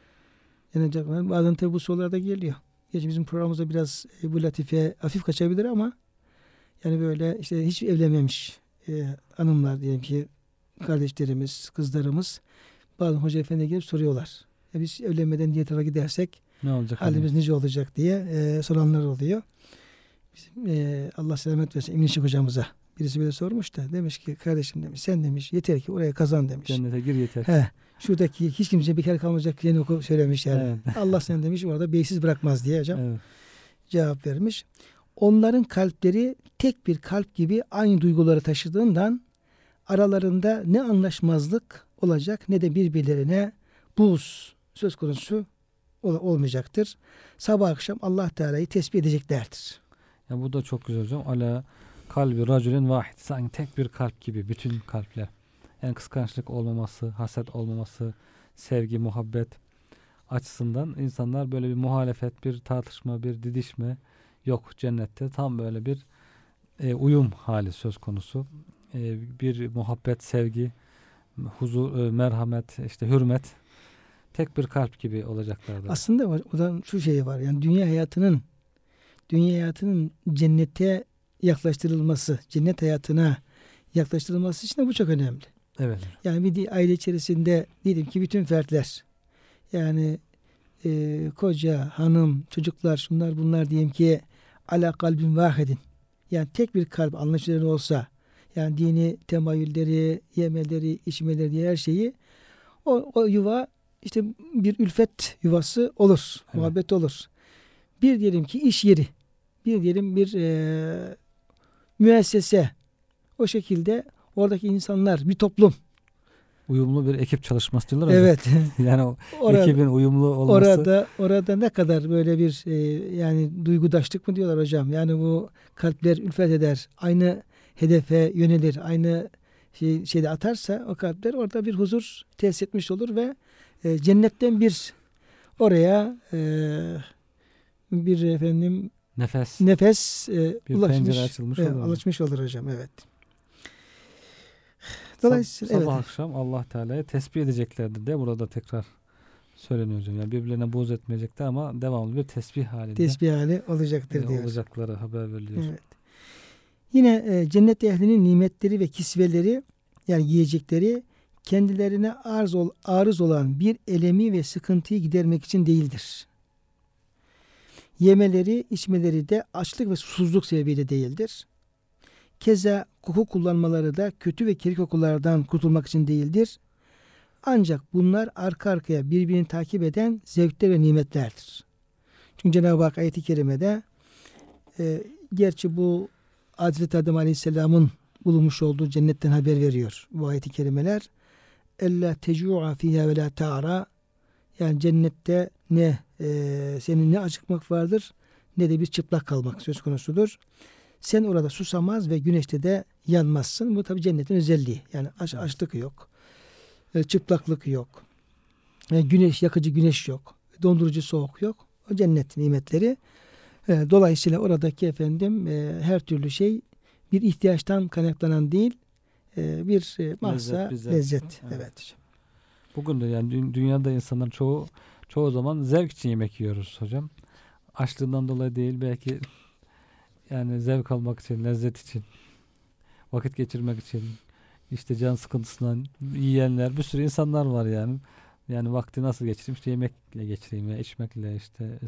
Yani bazen tabi bu sorularda geliyor. Gerçi bizim programımızda biraz e, bu latife hafif kaçabilir ama yani böyle işte hiç evlenmemiş e, hanımlar diyelim ki kardeşlerimiz, kızlarımız bazen hoca efendiye gelip soruyorlar. E biz evlenmeden diğer tarafa gidersek ne olacak? halimiz nice olacak diye e, soranlar oluyor. Bizim e, Allah selamet versin İbn-i Şık hocamıza birisi böyle sormuş da demiş ki kardeşim demiş sen demiş yeter ki oraya kazan demiş. Cennete gir yeter. He, şuradaki hiç kimse bekar kalmayacak diye oku söylemiş yani. Evet. Allah seni demiş orada beysiz bırakmaz diye hocam evet. cevap vermiş. Onların kalpleri tek bir kalp gibi aynı duyguları taşıdığından aralarında ne anlaşmazlık olacak ne de birbirlerine buz söz konusu ol- olmayacaktır. Sabah akşam Allah Teala'yı tesbih edeceklerdir. Ya bu da çok güzel hocam. Ala kalbi racülin vahid. Sanki tek bir kalp gibi bütün kalpler. Yani kıskançlık olmaması, haset olmaması, sevgi, muhabbet açısından insanlar böyle bir muhalefet, bir tartışma, bir didişme yok cennette. Tam böyle bir e, uyum hali söz konusu. E, bir muhabbet, sevgi, huzur, e, merhamet, işte hürmet tek bir kalp gibi olacaklardır. Aslında o da şu şey var. Yani dünya hayatının dünya hayatının cennete yaklaştırılması, cennet hayatına yaklaştırılması için de bu çok önemli. Evet. Yani bir aile içerisinde diyelim ki bütün fertler yani e, koca, hanım, çocuklar, şunlar bunlar diyelim ki ala kalbin vahidin. Yani tek bir kalp anlaşılır olsa yani dini temayülleri, yemeleri, içmeleri diye her şeyi o, o yuva işte bir ülfet yuvası olur. Evet. Muhabbet olur. Bir diyelim ki iş yeri. Bir diyelim bir e, müessese. O şekilde oradaki insanlar bir toplum. Uyumlu bir ekip çalışması diyorlar. Evet. Yani o orada, ekibin uyumlu olması. Orada orada ne kadar böyle bir e, yani duygudaşlık mı diyorlar hocam. Yani bu kalpler ülfet eder. Aynı hedefe yönelir. Aynı şey, şeyde atarsa o kalpler orada bir huzur tesis etmiş olur ve e, cennetten bir oraya e, bir efendim nefes nefes e, bir ulaşmış, pencere açılmış e, olur. ulaşmış olur hocam. Evet. Dolayısıyla sabah evet. akşam Allah Teala'ya tesbih edeceklerdir diye burada tekrar söyleniyor hocam. Yani birbirlerine buğz etmeyecekler ama devamlı bir tesbih halinde. Tesbih hali olacaktır e, diyor. Olacakları haber veriliyor. Evet. Yine e, cennet ehlinin nimetleri ve kisveleri yani yiyecekleri kendilerine arz, ol, arız olan bir elemi ve sıkıntıyı gidermek için değildir. Yemeleri, içmeleri de açlık ve susuzluk sebebiyle değildir. Keza koku kullanmaları da kötü ve kirli kokulardan kurtulmak için değildir. Ancak bunlar arka arkaya birbirini takip eden zevkler ve nimetlerdir. Çünkü Cenab-ı Hak ayet-i kerimede e, gerçi bu Hazreti Adem Aleyhisselam'ın bulunmuş olduğu cennetten haber veriyor bu ayet-i kerimeler. Ella tecu'a fiha ve la ta'ra, yani cennette ne e, senin ne acıkmak vardır ne de bir çıplak kalmak söz konusudur. Sen orada susamaz ve güneşte de yanmazsın. Bu tabi cennetin özelliği. Yani aç, açlık yok. E, çıplaklık yok. E, güneş, yakıcı güneş yok. Dondurucu soğuk yok. O cennet nimetleri. E, dolayısıyla oradaki efendim e, her türlü şey bir ihtiyaçtan kaynaklanan değil, e, bir e, mahsa lezzet. Lezzet, lezzet. evet. Evet. Bugün de yani dü- dünyada insanlar çoğu çoğu zaman zevk için yemek yiyoruz hocam. Açlığından dolayı değil, belki yani zevk almak için, lezzet için, vakit geçirmek için, işte can sıkıntısından yiyenler, bir sürü insanlar var yani. Yani vakti nasıl geçireyim? İşte yemekle geçireyim ve içmekle, işte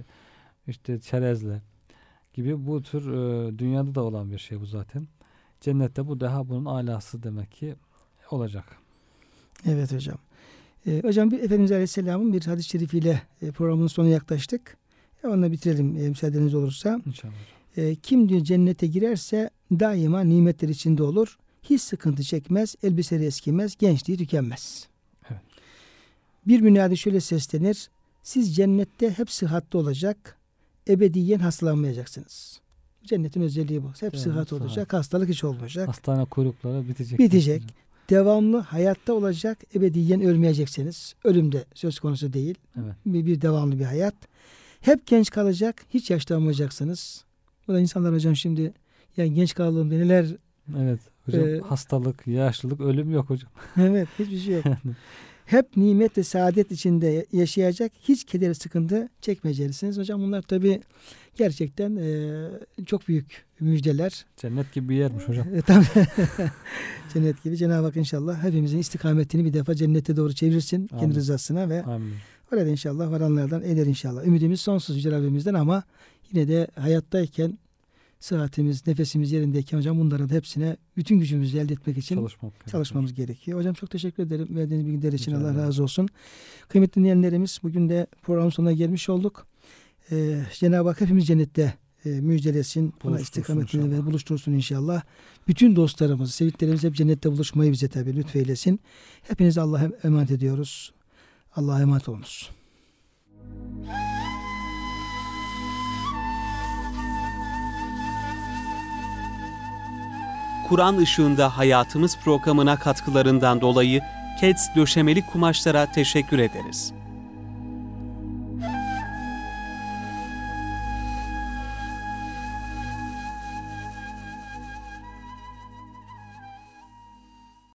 işte çerezle gibi, bu tür e, dünyada da olan bir şey bu zaten. Cennette bu daha bunun alası demek ki olacak. Evet hocam. Ee, hocam bir Efendimiz Aleyhisselam'ın bir hadis-i şerifiyle e, programın sonuna yaklaştık. E, onunla bitirelim e, müsaadeniz olursa. İnşallah. E, kim diyor cennete girerse daima nimetler içinde olur. Hiç sıkıntı çekmez, elbiseleri eskimez, gençliği tükenmez. Evet. Bir münadi şöyle seslenir. Siz cennette hep sıhhatli olacak, ebediyen hastalanmayacaksınız. Cennetin özelliği bu. Hep Evet, sıhhat sıhhat. olacak, hastalık hiç olmayacak. Hastane kuyrukları bitecek. Bitecek. Devamlı hayatta olacak, ebediyen ölmeyeceksiniz. Ölüm de söz konusu değil. Evet. Bir, bir devamlı bir hayat. Hep genç kalacak, hiç yaşlanmayacaksınız. Bu da insanlar hocam şimdi yani genç kaldığımda neler... Evet hocam, Ee, hastalık, yaşlılık, ölüm yok hocam. Evet, hiçbir şey yok. Hep nimet ve saadet içinde yaşayacak, hiç keder sıkıntı çekmeyeceksiniz. Hocam bunlar tabii gerçekten e, çok büyük müjdeler. Cennet gibi bir yermiş hocam. E, tabii. Cennet gibi. Cenab-ı Hak inşallah hepimizin istikametini bir defa cennete doğru çevirsin. Amin. Kendi rızasına ve Amin. orada inşallah varanlardan eder inşallah. Ümidimiz sonsuz Yüce Rabbimizden, ama yine de hayattayken sıhhatimiz, nefesimiz yerindeyken hocam bunların da hepsine bütün gücümüzü elde etmek için Çalışmak çalışmamız gerekiyor. Hocam çok teşekkür ederim verdiğiniz bilgiler için. Rica Allah ederim. razı olsun. Kıymetli dinleyenlerimiz, bugün de programın sonuna gelmiş olduk. Ee, Cenab-ı Hak hepimiz cennette e, müjdelesin. Buna Buluştursun istikametini inşallah. ve buluştursun inşallah. Bütün dostlarımız, sevdiklerimiz hep cennette buluşmayı bize tabi lütfeylesin. Hepinize Allah'a emanet ediyoruz. Allah'a emanet olunuz. Kur'an Işığında Hayatımız programına katkılarından dolayı Keds Döşemeli Kumaşlara teşekkür ederiz.